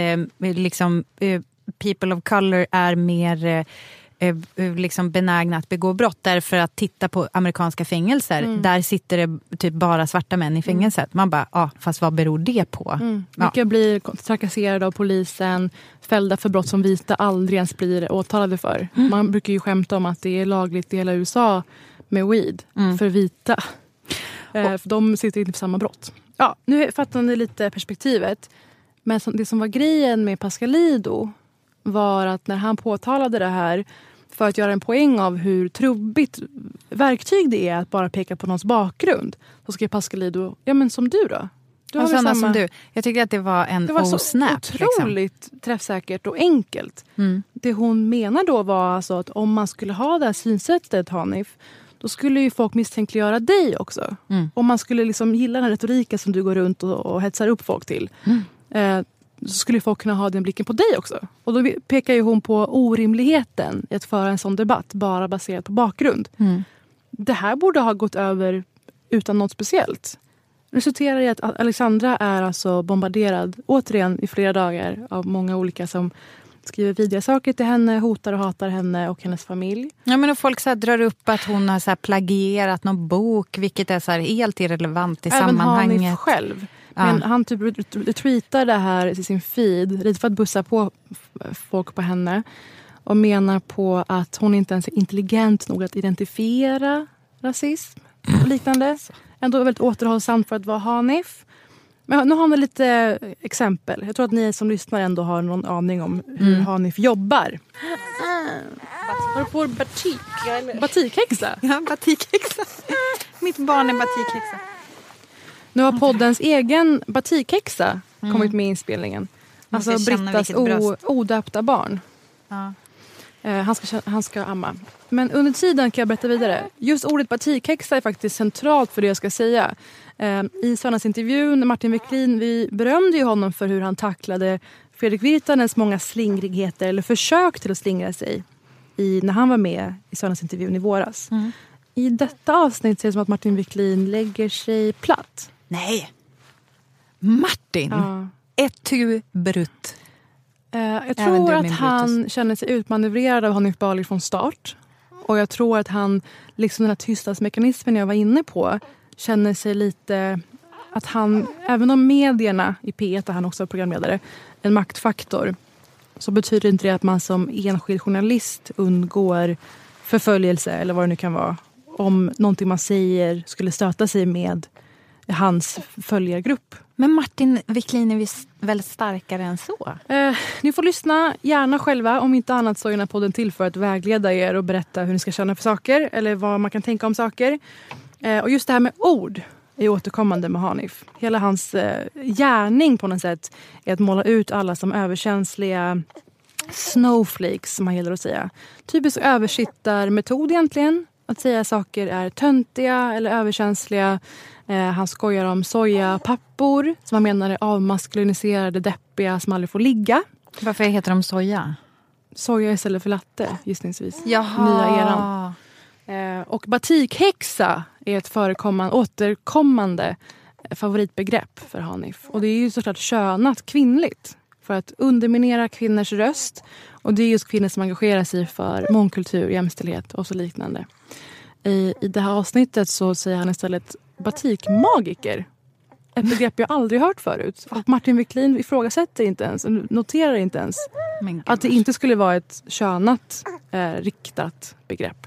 people of color är mer liksom benägna att begå brott, därför att titta på amerikanska fängelser, där sitter det typ bara svarta män i fängelset. Man bara, fast vad beror det på? Vilka blir trakasserade av polisen, fällda för brott som vita aldrig ens blir åtalade för. Man brukar ju skämta om att det är lagligt i hela USA med weed för vita. För de sitter inte på samma brott. Ja, nu fattar ni lite perspektivet. Men det som var grejen med Pascalido var att när han påtalade det här för att göra en poäng av hur trubbigt verktyg det är att bara peka på någons bakgrund, så skrev Pascalido, ja men som du då? Du har sådana samma... som du. Jag tycker att det var en Det var så snap, otroligt träffsäkert och enkelt. Det hon menar då var alltså att om man skulle ha det här synsättet, Hanif, då skulle ju folk misstänkliggöra dig också. Om man skulle liksom gilla den här retoriken som du går runt och hetsar upp folk till. Så skulle folk kunna ha den blicken på dig också. Och då pekar ju hon på orimligheten i att föra en sån debatt bara baserat på bakgrund. Det här borde ha gått över utan något speciellt. Resulterar i att Alexandra är alltså bombarderad återigen i flera dagar av många olika som skriver vidriga saker till henne, hotar och hatar henne och hennes familj. Ja, men folk så här drar upp att hon har så här plagierat någon bok, vilket är så här helt irrelevant i även sammanhanget. Hanif själv. Men han typ retweetar det här i sin feed, lite för att bussa på folk på henne. Och menar på att hon inte ens är intelligent nog att identifiera rasism och liknande. Ändå väldigt återhållsamt för att vara Hanif. Men nu har vi lite exempel. Jag tror att ni som lyssnar ändå har någon aning om hur Hanif jobbar. Har du på batik? Batikhäxa? Ja, batikhäxa. Mitt barn är batikhäxa. Nu har poddens egen batikhäxa kommit med i inspelningen. Alltså Brittas odöpta barn. Ja. Han ska amma. Men under tiden kan jag berätta vidare. Just ordet batikhäxa är faktiskt centralt för det jag ska säga. I söndagsintervjun, Martin Wiklin, vi berömde ju honom för hur han tacklade Fredrik Virtanens många slingrigheter eller försök till att slingra sig när han var med i söndagsintervjun i våras. I detta avsnitt ser det som att Martin Wiklin lägger sig platt. Nej. Martin? Ja. Ett tu brut. Jag tror att han känner sig utmanövrerad av Hanif Bali från start. Och jag tror att han, liksom den här tystnadsmekanismen jag var inne på, känner sig lite att han, även om medierna i P1 är han också programledare, en maktfaktor, så betyder inte det att man som enskild journalist undgår förföljelse eller vad det nu kan vara. Om någonting man säger skulle stöta sig med hans följargrupp. Men Martin Wiklin är väldigt starkare än så. Ni får lyssna gärna själva. Om inte annat så är den här podden till för att vägleda er och berätta hur ni ska känna för saker. Eller vad man kan tänka om saker. Och just det här med ord är återkommande med Hanif. Hela hans gärning på något sätt är att måla ut alla som överkänsliga snowflakes, som han gillar att säga. Typisk översittarmetod egentligen. Att säga saker är töntiga eller överkänsliga. Han skojar om sojapappor som han menar är avmaskuliniserade, deppiga som aldrig får ligga. Varför heter de soja? Soja istället för latte, gissningsvis. Jaha. Nya eran. Och batikhäxa är ett återkommande favoritbegrepp för Hanif. Och det är ju såklart könat kvinnligt. För att underminera kvinnors röst. Och det är just kvinnor som engagerar sig för mångkultur, jämställdhet och så liknande. I det här avsnittet så säger han istället batikmagiker. Ett begrepp jag aldrig hört förut. Och Martin Wiklin ifrågasätter inte ens, noterar inte ens att det inte skulle vara ett könat riktat begrepp.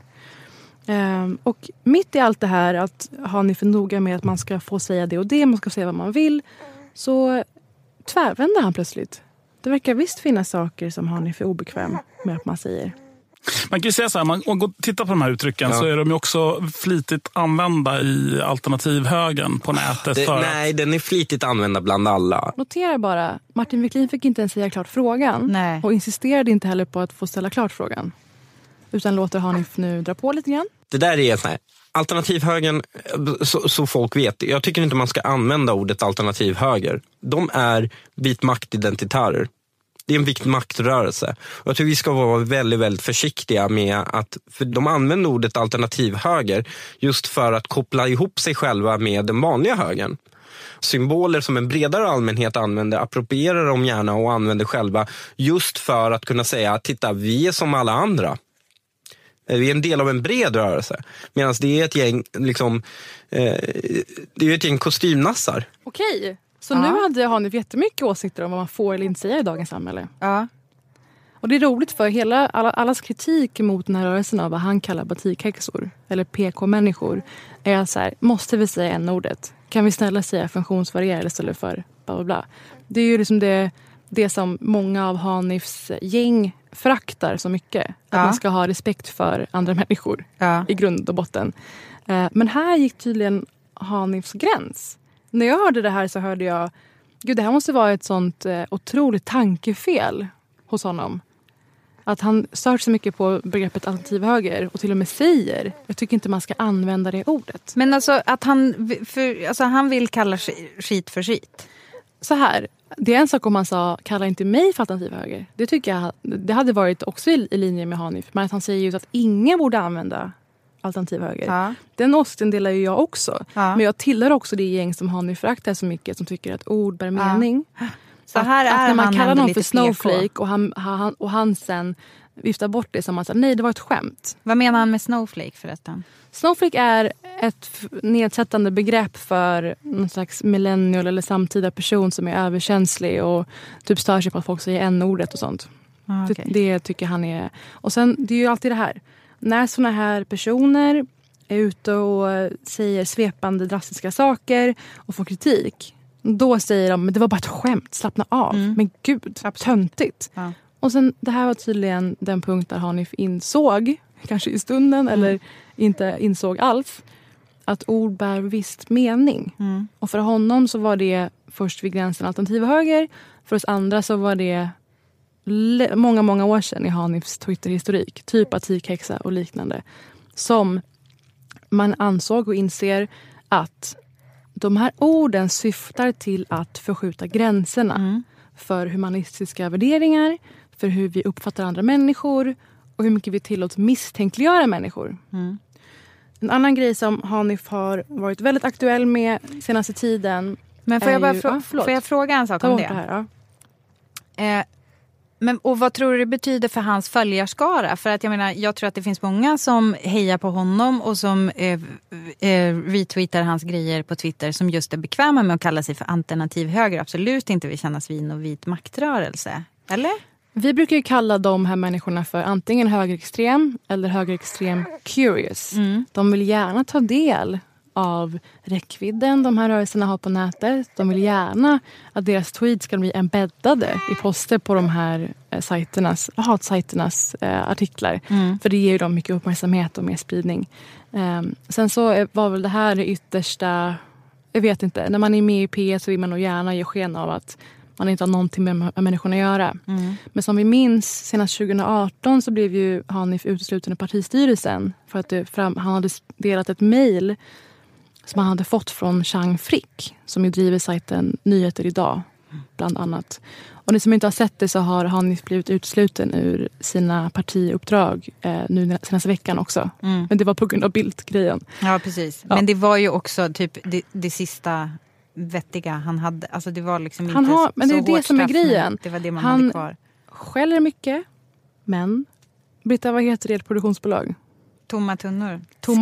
Och mitt i allt det här att har ni för noga med att man ska få säga det och det, man ska säga vad man vill, så tvärvänder han plötsligt. Det verkar visst finnas saker som han är för obekväm med att man säger. Man kan ju säga så här, om man tittar på de här uttrycken så är de ju också flitigt använda i alternativhögern på nätet. Nej, den är flitigt använda bland alla. Notera bara, Martin Wiklin fick inte ens säga klart frågan. Nej. Och insisterade inte heller på att få ställa klart frågan. Utan låter Hanif nu dra på lite grann. Det där är så här, alternativhögern, så folk vet. Jag tycker inte man ska använda ordet alternativhöger. De är vitmaktidentitärer. Det är en viktig maktrörelse. Och jag tror vi ska vara väldigt, väldigt försiktiga med att, för de använder ordet alternativhöger just för att koppla ihop sig själva med den vanliga högern. Symboler som en bredare allmänhet använder, approprierar de gärna och använder själva just för att kunna säga, titta, vi är som alla andra. Vi är en del av en bred rörelse. Medan det är ett gäng det är ett gäng kostymnassar. Okej. Så nu hade Hanif jättemycket åsikter om vad man får eller inte säga i dagens samhälle. Ja. Och det är roligt för allas kritik mot den här rörelsen av vad han kallar batikhäxor eller PK-människor är så här, måste vi säga n-ordet? Kan vi snälla säga funktionsvarierade istället för bla bla bla? Det är ju liksom det som många av Hanifs gäng fraktar så mycket. Att man ska ha respekt för andra människor i grund och botten. Men här gick tydligen Hanifs gräns. När jag hörde det här så hörde jag, gud, det här måste vara ett sånt otroligt tankefel hos honom. Att han stör så mycket på begreppet alternativ höger och till och med säger, jag tycker inte man ska använda det ordet. Men alltså att han vill kalla skit för skit. Så här, det är en sak om man sa, kalla inte mig för alternativ höger. Det tycker jag, det hade varit också i linje med Hanif. Men att han säger ju att ingen borde använda alternativ höger. Ja. Den åsikten delar ju jag också. Ja. Men jag tillhör också det gäng som Hanif föraktar så mycket, som tycker att ord bär mening. Ja. Så här är när man kallar någon för snowflake och han sen viftar bort det som att nej, det var ett skämt. Vad menar han med snowflake förresten? Snowflake är ett nedsättande begrepp för någon slags millennial eller samtida person som är överkänslig och typ stör sig på att folk säger n-ordet och sånt. Okay. Det tycker han är. Och sen, det är ju alltid det här. När såna här personer är ute och säger svepande, drastiska saker och får kritik, då säger de, men det var bara ett skämt, slappna av. Men gud, töntigt. Ja. Och sen, det här var tydligen den punkt där Hanif insåg, kanske i stunden eller inte insåg alls, att ord bär visst mening. Och för honom så var det först vid gränsen alternativ höger. För oss andra så var det många, många år sedan i Hanifs Twitter-historik. Typ Atikhäxa och liknande. Som man ansåg och inser att de här orden syftar till att förskjuta gränserna för humanistiska värderingar, för hur vi uppfattar andra människor och hur mycket vi tillåts misstänkliggöra människor. En annan grej som Hanif har varit väldigt aktuell med senaste tiden. Men får jag fråga en sak om det? Här, ja. Men, och vad tror du det betyder för hans följarskara? För att jag tror att det finns många som hejar på honom och som retweetar hans grejer på Twitter som just är bekväma med att kalla sig för alternativ höger. Absolut inte vill kännas vid någon vit maktrörelse. Eller? Vi brukar ju kalla de här människorna för antingen högerextrem eller högerextrem curious. De vill gärna ta del av räckvidden de här rörelserna har på nätet. De vill gärna att deras tweets ska bli embeddade i poster på de här hatsajternas artiklar. För det ger ju dem mycket uppmärksamhet och mer spridning. Sen så var väl det här det yttersta, jag vet inte, när man är med i P så vill man nog gärna ge sken av att man inte har någonting med människorna att göra. Men som vi minns, senast 2018 så blev ju Hanif utesluten ur partistyrelsen för att han hade delat ett mejl som han hade fått från Chang Frick, som ju driver sajten Nyheter idag, bland annat. Och ni som inte har sett det så har Hanif blivit utesluten ur sina partiuppdrag nu senaste veckan också. Men det var på grund av Bildt-grejen. Ja, precis. Ja. Men det var ju också typ det sista vettiga han hade. Alltså det var liksom inte så men det är det som är grejen. Det var det man hade kvar. Skäller mycket, men Britta, vad heter det produktionsbolag? Tomma tunnor.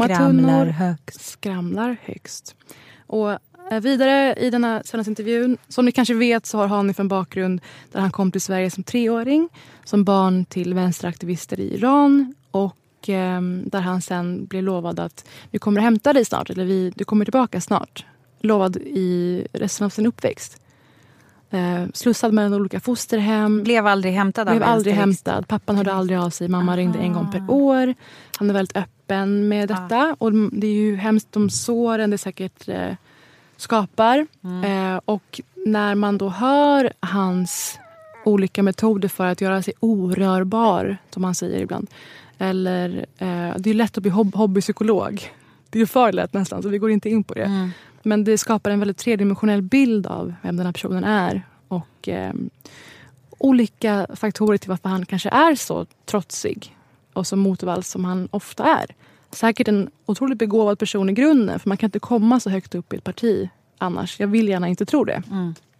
Skramlar högst. Och vidare i den här senaste intervjun, som ni kanske vet så har Hanif en bakgrund där han kom till Sverige som 3-åring, som barn till vänsteraktivister i Iran, och där han sen blev lovad att vi kommer att hämta dig snart, eller du kommer tillbaka snart. Lovad i resten av sin uppväxt. Slussad mellan olika fosterhem. Blev aldrig hämtad. Pappan hörde aldrig av sig. Mamma ringde en gång per år. Han är väldigt öppen med detta. Och det är ju hemskt, de såren det säkert skapar. Och när man då hör hans olika metoder för att göra sig orörbar, som han säger ibland. Eller det är lätt att bli hobbypsykolog. Det är ju för lätt nästan, så vi går inte in på det. Men det skapar en väldigt tredimensionell bild av vem den här personen är. Och olika faktorer till varför han kanske är så trotsig och så motvalls som han ofta är. Säkert en otroligt begåvad person i grunden, för man kan inte komma så högt upp i ett parti annars. Jag vill gärna inte tro det.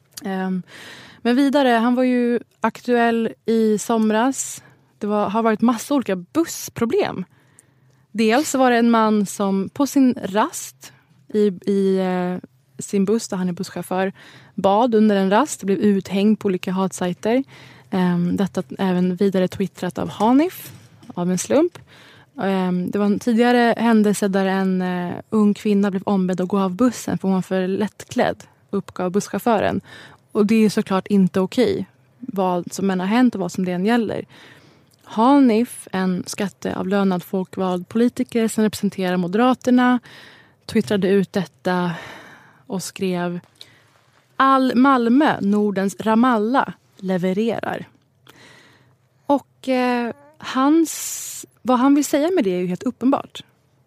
Men vidare, han var ju aktuell i somras. Det har varit massa olika bussproblem. Dels var det en man som på sin rast i sin buss, där han är busschaufför, bad under en rast och blev uthängd på olika hatsajter. Detta även vidare twittrat av Hanif av en slump. Det var en tidigare händelse där en ung kvinna blev ombedd att gå av bussen för hon var för lättklädd, uppgav busschauffören. Och det är såklart inte okej vad som än har hänt och vad som det än gäller. Hanif, en skatteavlönad folkvald politiker som representerar Moderaterna, twittrade ut detta och skrev: all Malmö, Nordens Ramallah, levererar. Och vad han vill säga med det är ju helt uppenbart.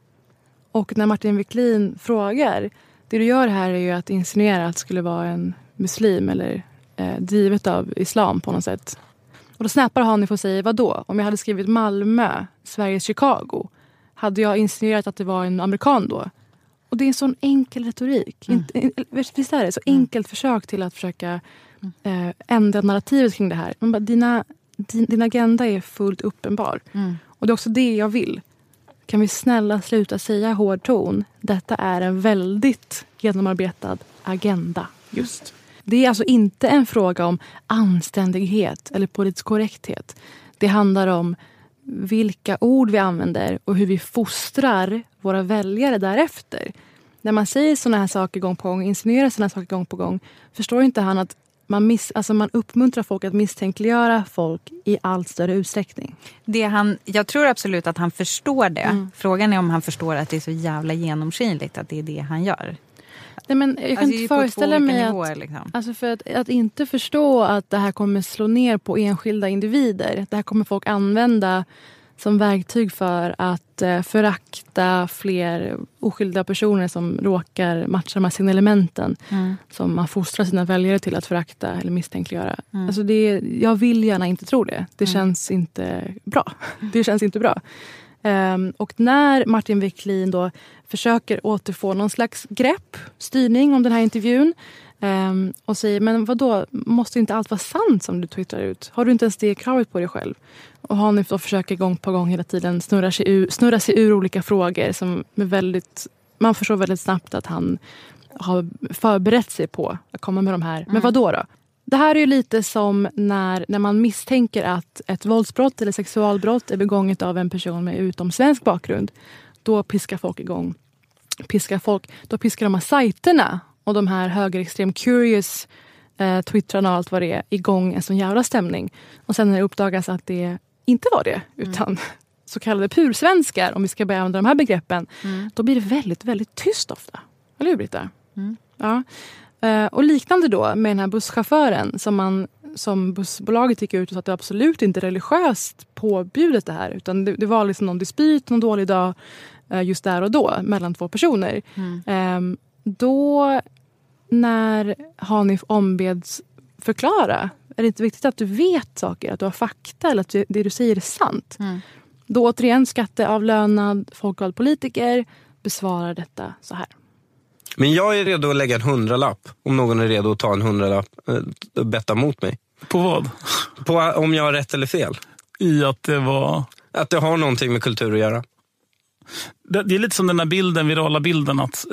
Och när Martin Wiklin frågar, det du gör här är ju att insinuera att det skulle vara en muslim eller drivet av islam på något sätt. Och då snappar Hanif och säger, vadå? Om jag hade skrivit Malmö, Sveriges Chicago, hade jag insinuerat att det var en amerikan då? Och det är en sån enkel retorik. Visst är det? Så enkelt försök till att försöka ändra narrativet kring det här. Man bara, din agenda är fullt uppenbar. Och det är också det jag vill. Kan vi snälla sluta säga hård ton? Detta är en väldigt genomarbetad agenda just. Det är alltså inte en fråga om anständighet eller politisk korrekthet. Det handlar om vilka ord vi använder och hur vi fostrar våra väljare därefter. När man säger såna här saker gång på gång, insinuerar såna här saker gång på gång, förstår inte han att man uppmuntrar folk att misstänkliggöra folk i allt större utsträckning. Jag tror absolut att han förstår det. Frågan är om han förstår att det är så jävla genomskinligt att det är det han gör. Nej, men jag kan inte föreställa mig nivåer, liksom. Alltså för att inte förstå att det här kommer slå ner på enskilda individer. Det här kommer folk använda som verktyg för att förakta fler oskyldiga personer som råkar matcha de här signalementen som man fostrar sina väljare till att förakta eller misstänkliggöra. Alltså jag vill gärna inte tro det. Det känns inte bra. Det känns inte bra. Och när Martin Wiklin då försöker återfå någon slags grepp, styrning om den här intervjun och säger, men vadå, måste inte allt vara sant som du twittrar ut? Har du inte ens det kravet på dig själv? Och han då försöker gång på gång hela tiden snurra sig ur olika frågor som är man förstår väldigt snabbt att han har förberett sig på att komma med de här. Men vadå då? Det här är ju lite som när man misstänker att ett våldsbrott eller sexualbrott är begånget av en person med utomsvensk bakgrund. Då piskar folk igång. Då piskar de här sajterna och de här högerextrem curious twittrarna och allt vad det är igång en sån jävla stämning. Och sen när det uppdagas att det inte var det utan så kallade pursvenskar, om vi ska börja använda de här begreppen, då blir det väldigt, väldigt tyst ofta. Eller hur, Britta? Ja. Och liknande då med den här busschauffören som bussbolaget gick ut och sa att det absolut inte är religiöst påbjudet det här, utan det var liksom någon dispyt, någon dålig dag just där och då mellan två personer. Då när Hanif ombeds förklara, är det inte viktigt att du vet saker, att du har fakta eller att det du säger är sant. Då återigen skatteavlönad folkvald politiker besvarar detta så här. Men jag är redo att lägga en 100-lapp om någon är redo att ta en 100-lapp och betta mot mig. På vad? På om jag har rätt eller fel. I att det var... Att det har någonting med kultur att göra. Det är lite som den här virala bilden att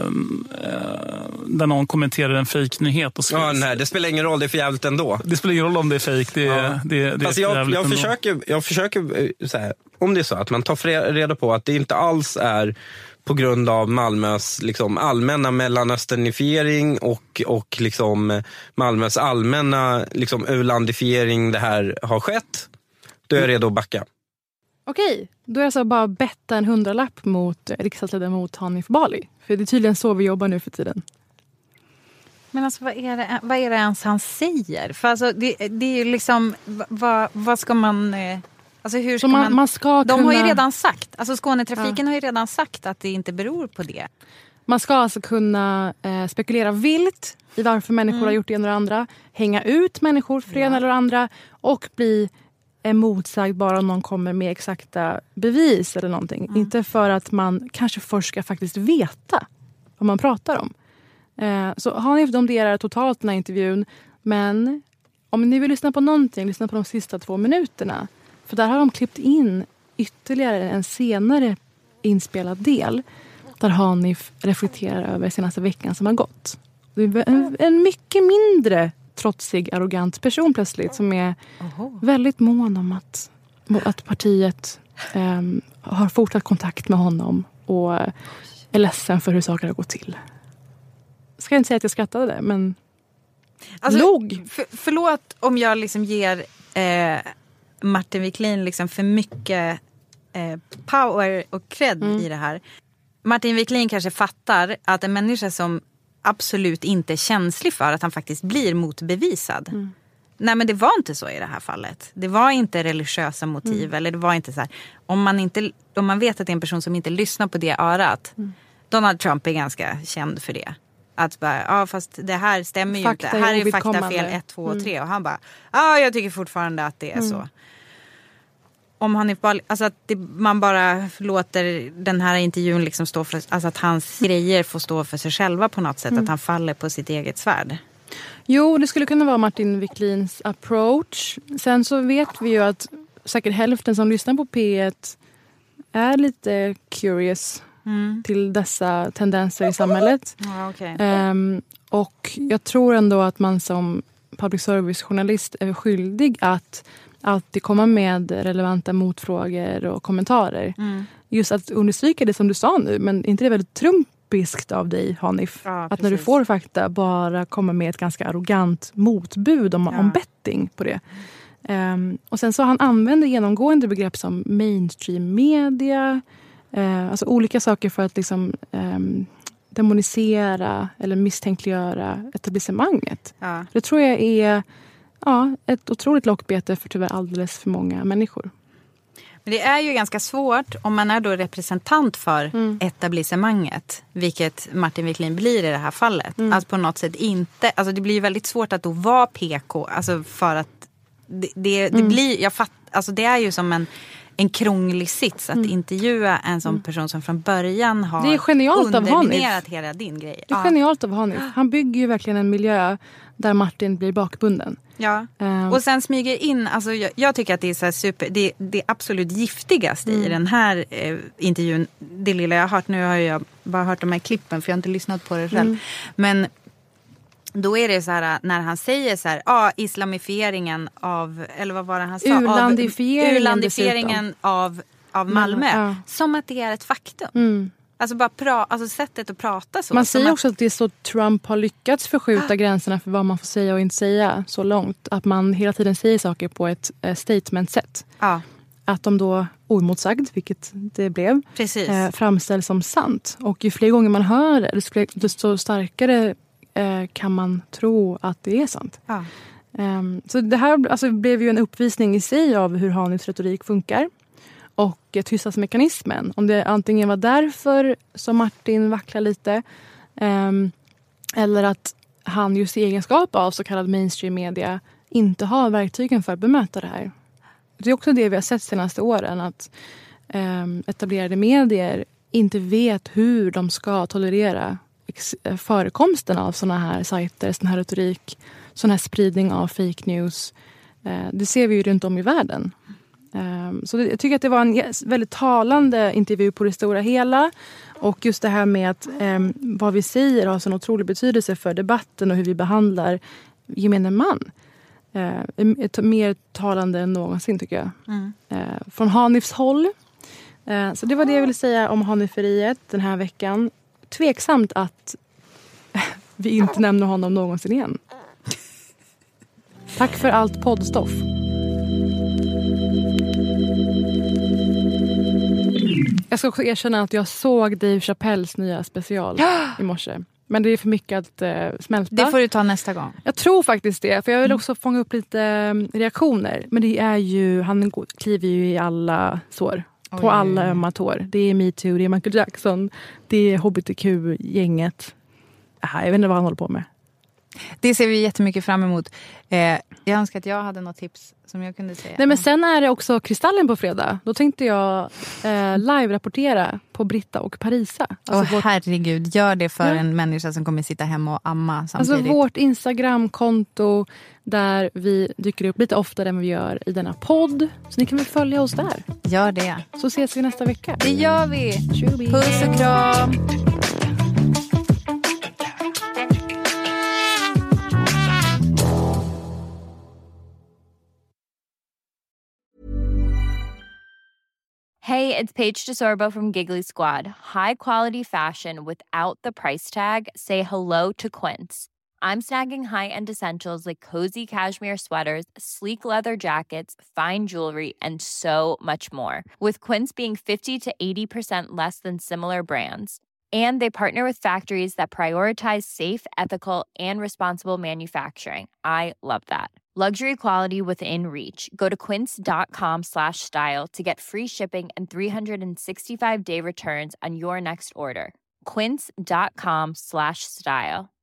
där någon kommenterar en fake-nyhet. Och nej, det spelar ingen roll, det är för jävligt ändå. Det spelar ingen roll om det är fake, det är alltså jag försöker så här, om det är så att man tar reda på att det inte alls är på grund av Malmös liksom allmänna mellanösternifiering och liksom Malmös allmänna liksom u-landifiering det här har skett, då är jag redo att backa. Okej, då är det alltså bara betta en 100-lapp mot riksdagsledamot Hanif Bali. För det är tydligen så vi jobbar nu för tiden. Men alltså vad är det ens han säger? För alltså det är ju liksom, vad ska man... Alltså hur ska man ska de har ju redan sagt, alltså Skånetrafiken har ju redan sagt att det inte beror på det. Man ska alltså kunna spekulera vilt i varför människor har gjort det ena eller andra. Hänga ut människor för det ena eller andra. Och bli motsagd bara om någon kommer med exakta bevis eller någonting. Inte för att man kanske först ska faktiskt veta vad man pratar om. Så Hanif domderar totalt den här intervjun. Men om ni vill lyssna på någonting, lyssna på de sista 2 minuterna. För där har de klippt in ytterligare en senare inspelad del. Där Hanif reflekterar över senaste veckan som har gått. Det är en mycket mindre trotsig, arrogant person plötsligt. Som är väldigt mån om att partiet har fortsatt kontakt med honom. Och är ledsen för hur saker har gått till. Ska jag inte säga att jag skrattade det, men alltså, log. Förlåt om jag liksom ger Martin Wiklin liksom för mycket power och cred i det här. Martin Wiklin kanske fattar att en människa som absolut inte känslig för att han faktiskt blir motbevisad. Nej, men det var inte så i det här fallet. Det var inte religiösa motiv. Eller det var inte så här. Om man vet att det är en person som inte lyssnar på det örat. Donald Trump är ganska känd för det. Att bara, fast det här stämmer ju inte. Här är faktafel 1, 2 och 3. Och han bara, jag tycker fortfarande att det är så. Om han är alltså att man bara låter den här intervjun liksom stå för, alltså att hans grejer får stå för sig själva på något sätt. Att han faller på sitt eget svärd. Jo, det skulle kunna vara Martin Wiklins approach. Sen så vet vi ju att säkert hälften som lyssnar på P1 är lite curious till dessa tendenser i samhället. Ja, okay. Och jag tror ändå att man som public service-journalist är skyldig att alltid komma med relevanta motfrågor och kommentarer. Just att understryka det som du sa nu, men inte det är väldigt trumpiskt av dig, Hanif. Ja, att när du får fakta bara komma med ett ganska arrogant motbud om betting på det. Och sen så han använder genomgående begrepp som mainstream media, alltså olika saker för att liksom demonisera eller misstänkliggöra etablissemanget. Ja. Det tror jag är ett otroligt lockbete för tyvärr alldeles för många människor. Men det är ju ganska svårt om man är då representant för etablissemanget, vilket Martin Wiklin blir i det här fallet. Att på något sätt inte, alltså det blir ju väldigt svårt att då vara PK, alltså för att det blir, alltså det är ju som en krånglig sits att intervjua en sån person som från början har det är genialt underminerat hela din grej. Det är genialt av Hanif. Han bygger ju verkligen en miljö där Martin blir bakbunden. Ja, och sen smyger in, alltså jag tycker att det är så här super, det absolut giftigaste i den här intervjun, det lilla jag har hört, nu har jag bara hört de här klippen för jag har inte lyssnat på det själv, men då är det så här när han säger så här, islamifieringen av, eller vad var det han sa? U-landifieringen av Malmö. Som att det är ett faktum. Alltså bara alltså sättet att prata så. Man säger också att det är så Trump har lyckats förskjuta gränserna för vad man får säga och inte säga så långt. Att man hela tiden säger saker på ett statement-sätt. Ja. Att de då oemotsagd, vilket det blev, framställs som sant. Och ju fler gånger man hör det, desto starkare kan man tro att det är sant. Ja. Så det här alltså, blev ju en uppvisning i sig av hur Hanifs retorik funkar. Och tystnadsmekanismen. Om det antingen var därför som Martin vacklar lite. Eller att han just i egenskap av så kallad mainstream media inte har verktygen för att bemöta det här. Det är också det vi har sett senaste åren. Att etablerade medier inte vet hur de ska tolerera förekomsten av såna här sajter, sån här retorik, sån här spridning av fake news. Det ser vi ju runt om i världen. Så jag tycker att det var en väldigt talande intervju på det stora hela. Och just det här med att vad vi säger har sån otrolig betydelse för debatten och hur vi behandlar gemene man. Mer talande än någonsin tycker jag. Från Hanifs håll. Så det var det jag ville säga om Haniferiet den här veckan. Tveksamt att vi inte nämner honom någonsin igen. Tack för allt poddstoff. Jag ska också erkänna att jag såg Dave Chappelles nya special i morse. Men det är för mycket att smälta. Det får du ta nästa gång. Jag tror faktiskt det. För jag vill också fånga upp lite reaktioner. Men det är ju, han kliver ju i alla sår. På alla ömma tår. Det är Me Too, det är Michael Jackson. Det är HBTQ-gänget. Jag vet inte vad han håller på med. Det ser vi jättemycket fram emot. Jag önskar att jag hade något tips som jag kunde säga. Nej, men sen är det också Kristallen på fredag. Då tänkte jag live-rapportera på Britta och Parisa. Alltså herregud, gör det för en människa som kommer sitta hemma och amma samtidigt. Alltså vårt Instagram-konto där vi dyker upp lite oftare än vi gör i denna podd. Så ni kan väl följa oss där. Gör det. Så ses vi nästa vecka. Det gör vi. Tjubi. Puss och kram. Hey, it's Paige DeSorbo from Giggly Squad. High quality fashion without the price tag. Say hello to Quince. I'm snagging high-end essentials like cozy cashmere sweaters, sleek leather jackets, fine jewelry, and so much more. With Quince being 50 to 80% less than similar brands. And they partner with factories that prioritize safe, ethical, and responsible manufacturing. I love that. Luxury quality within reach. Go to quince.com/style to get free shipping and 365-day returns on your next order. Quince.com/style.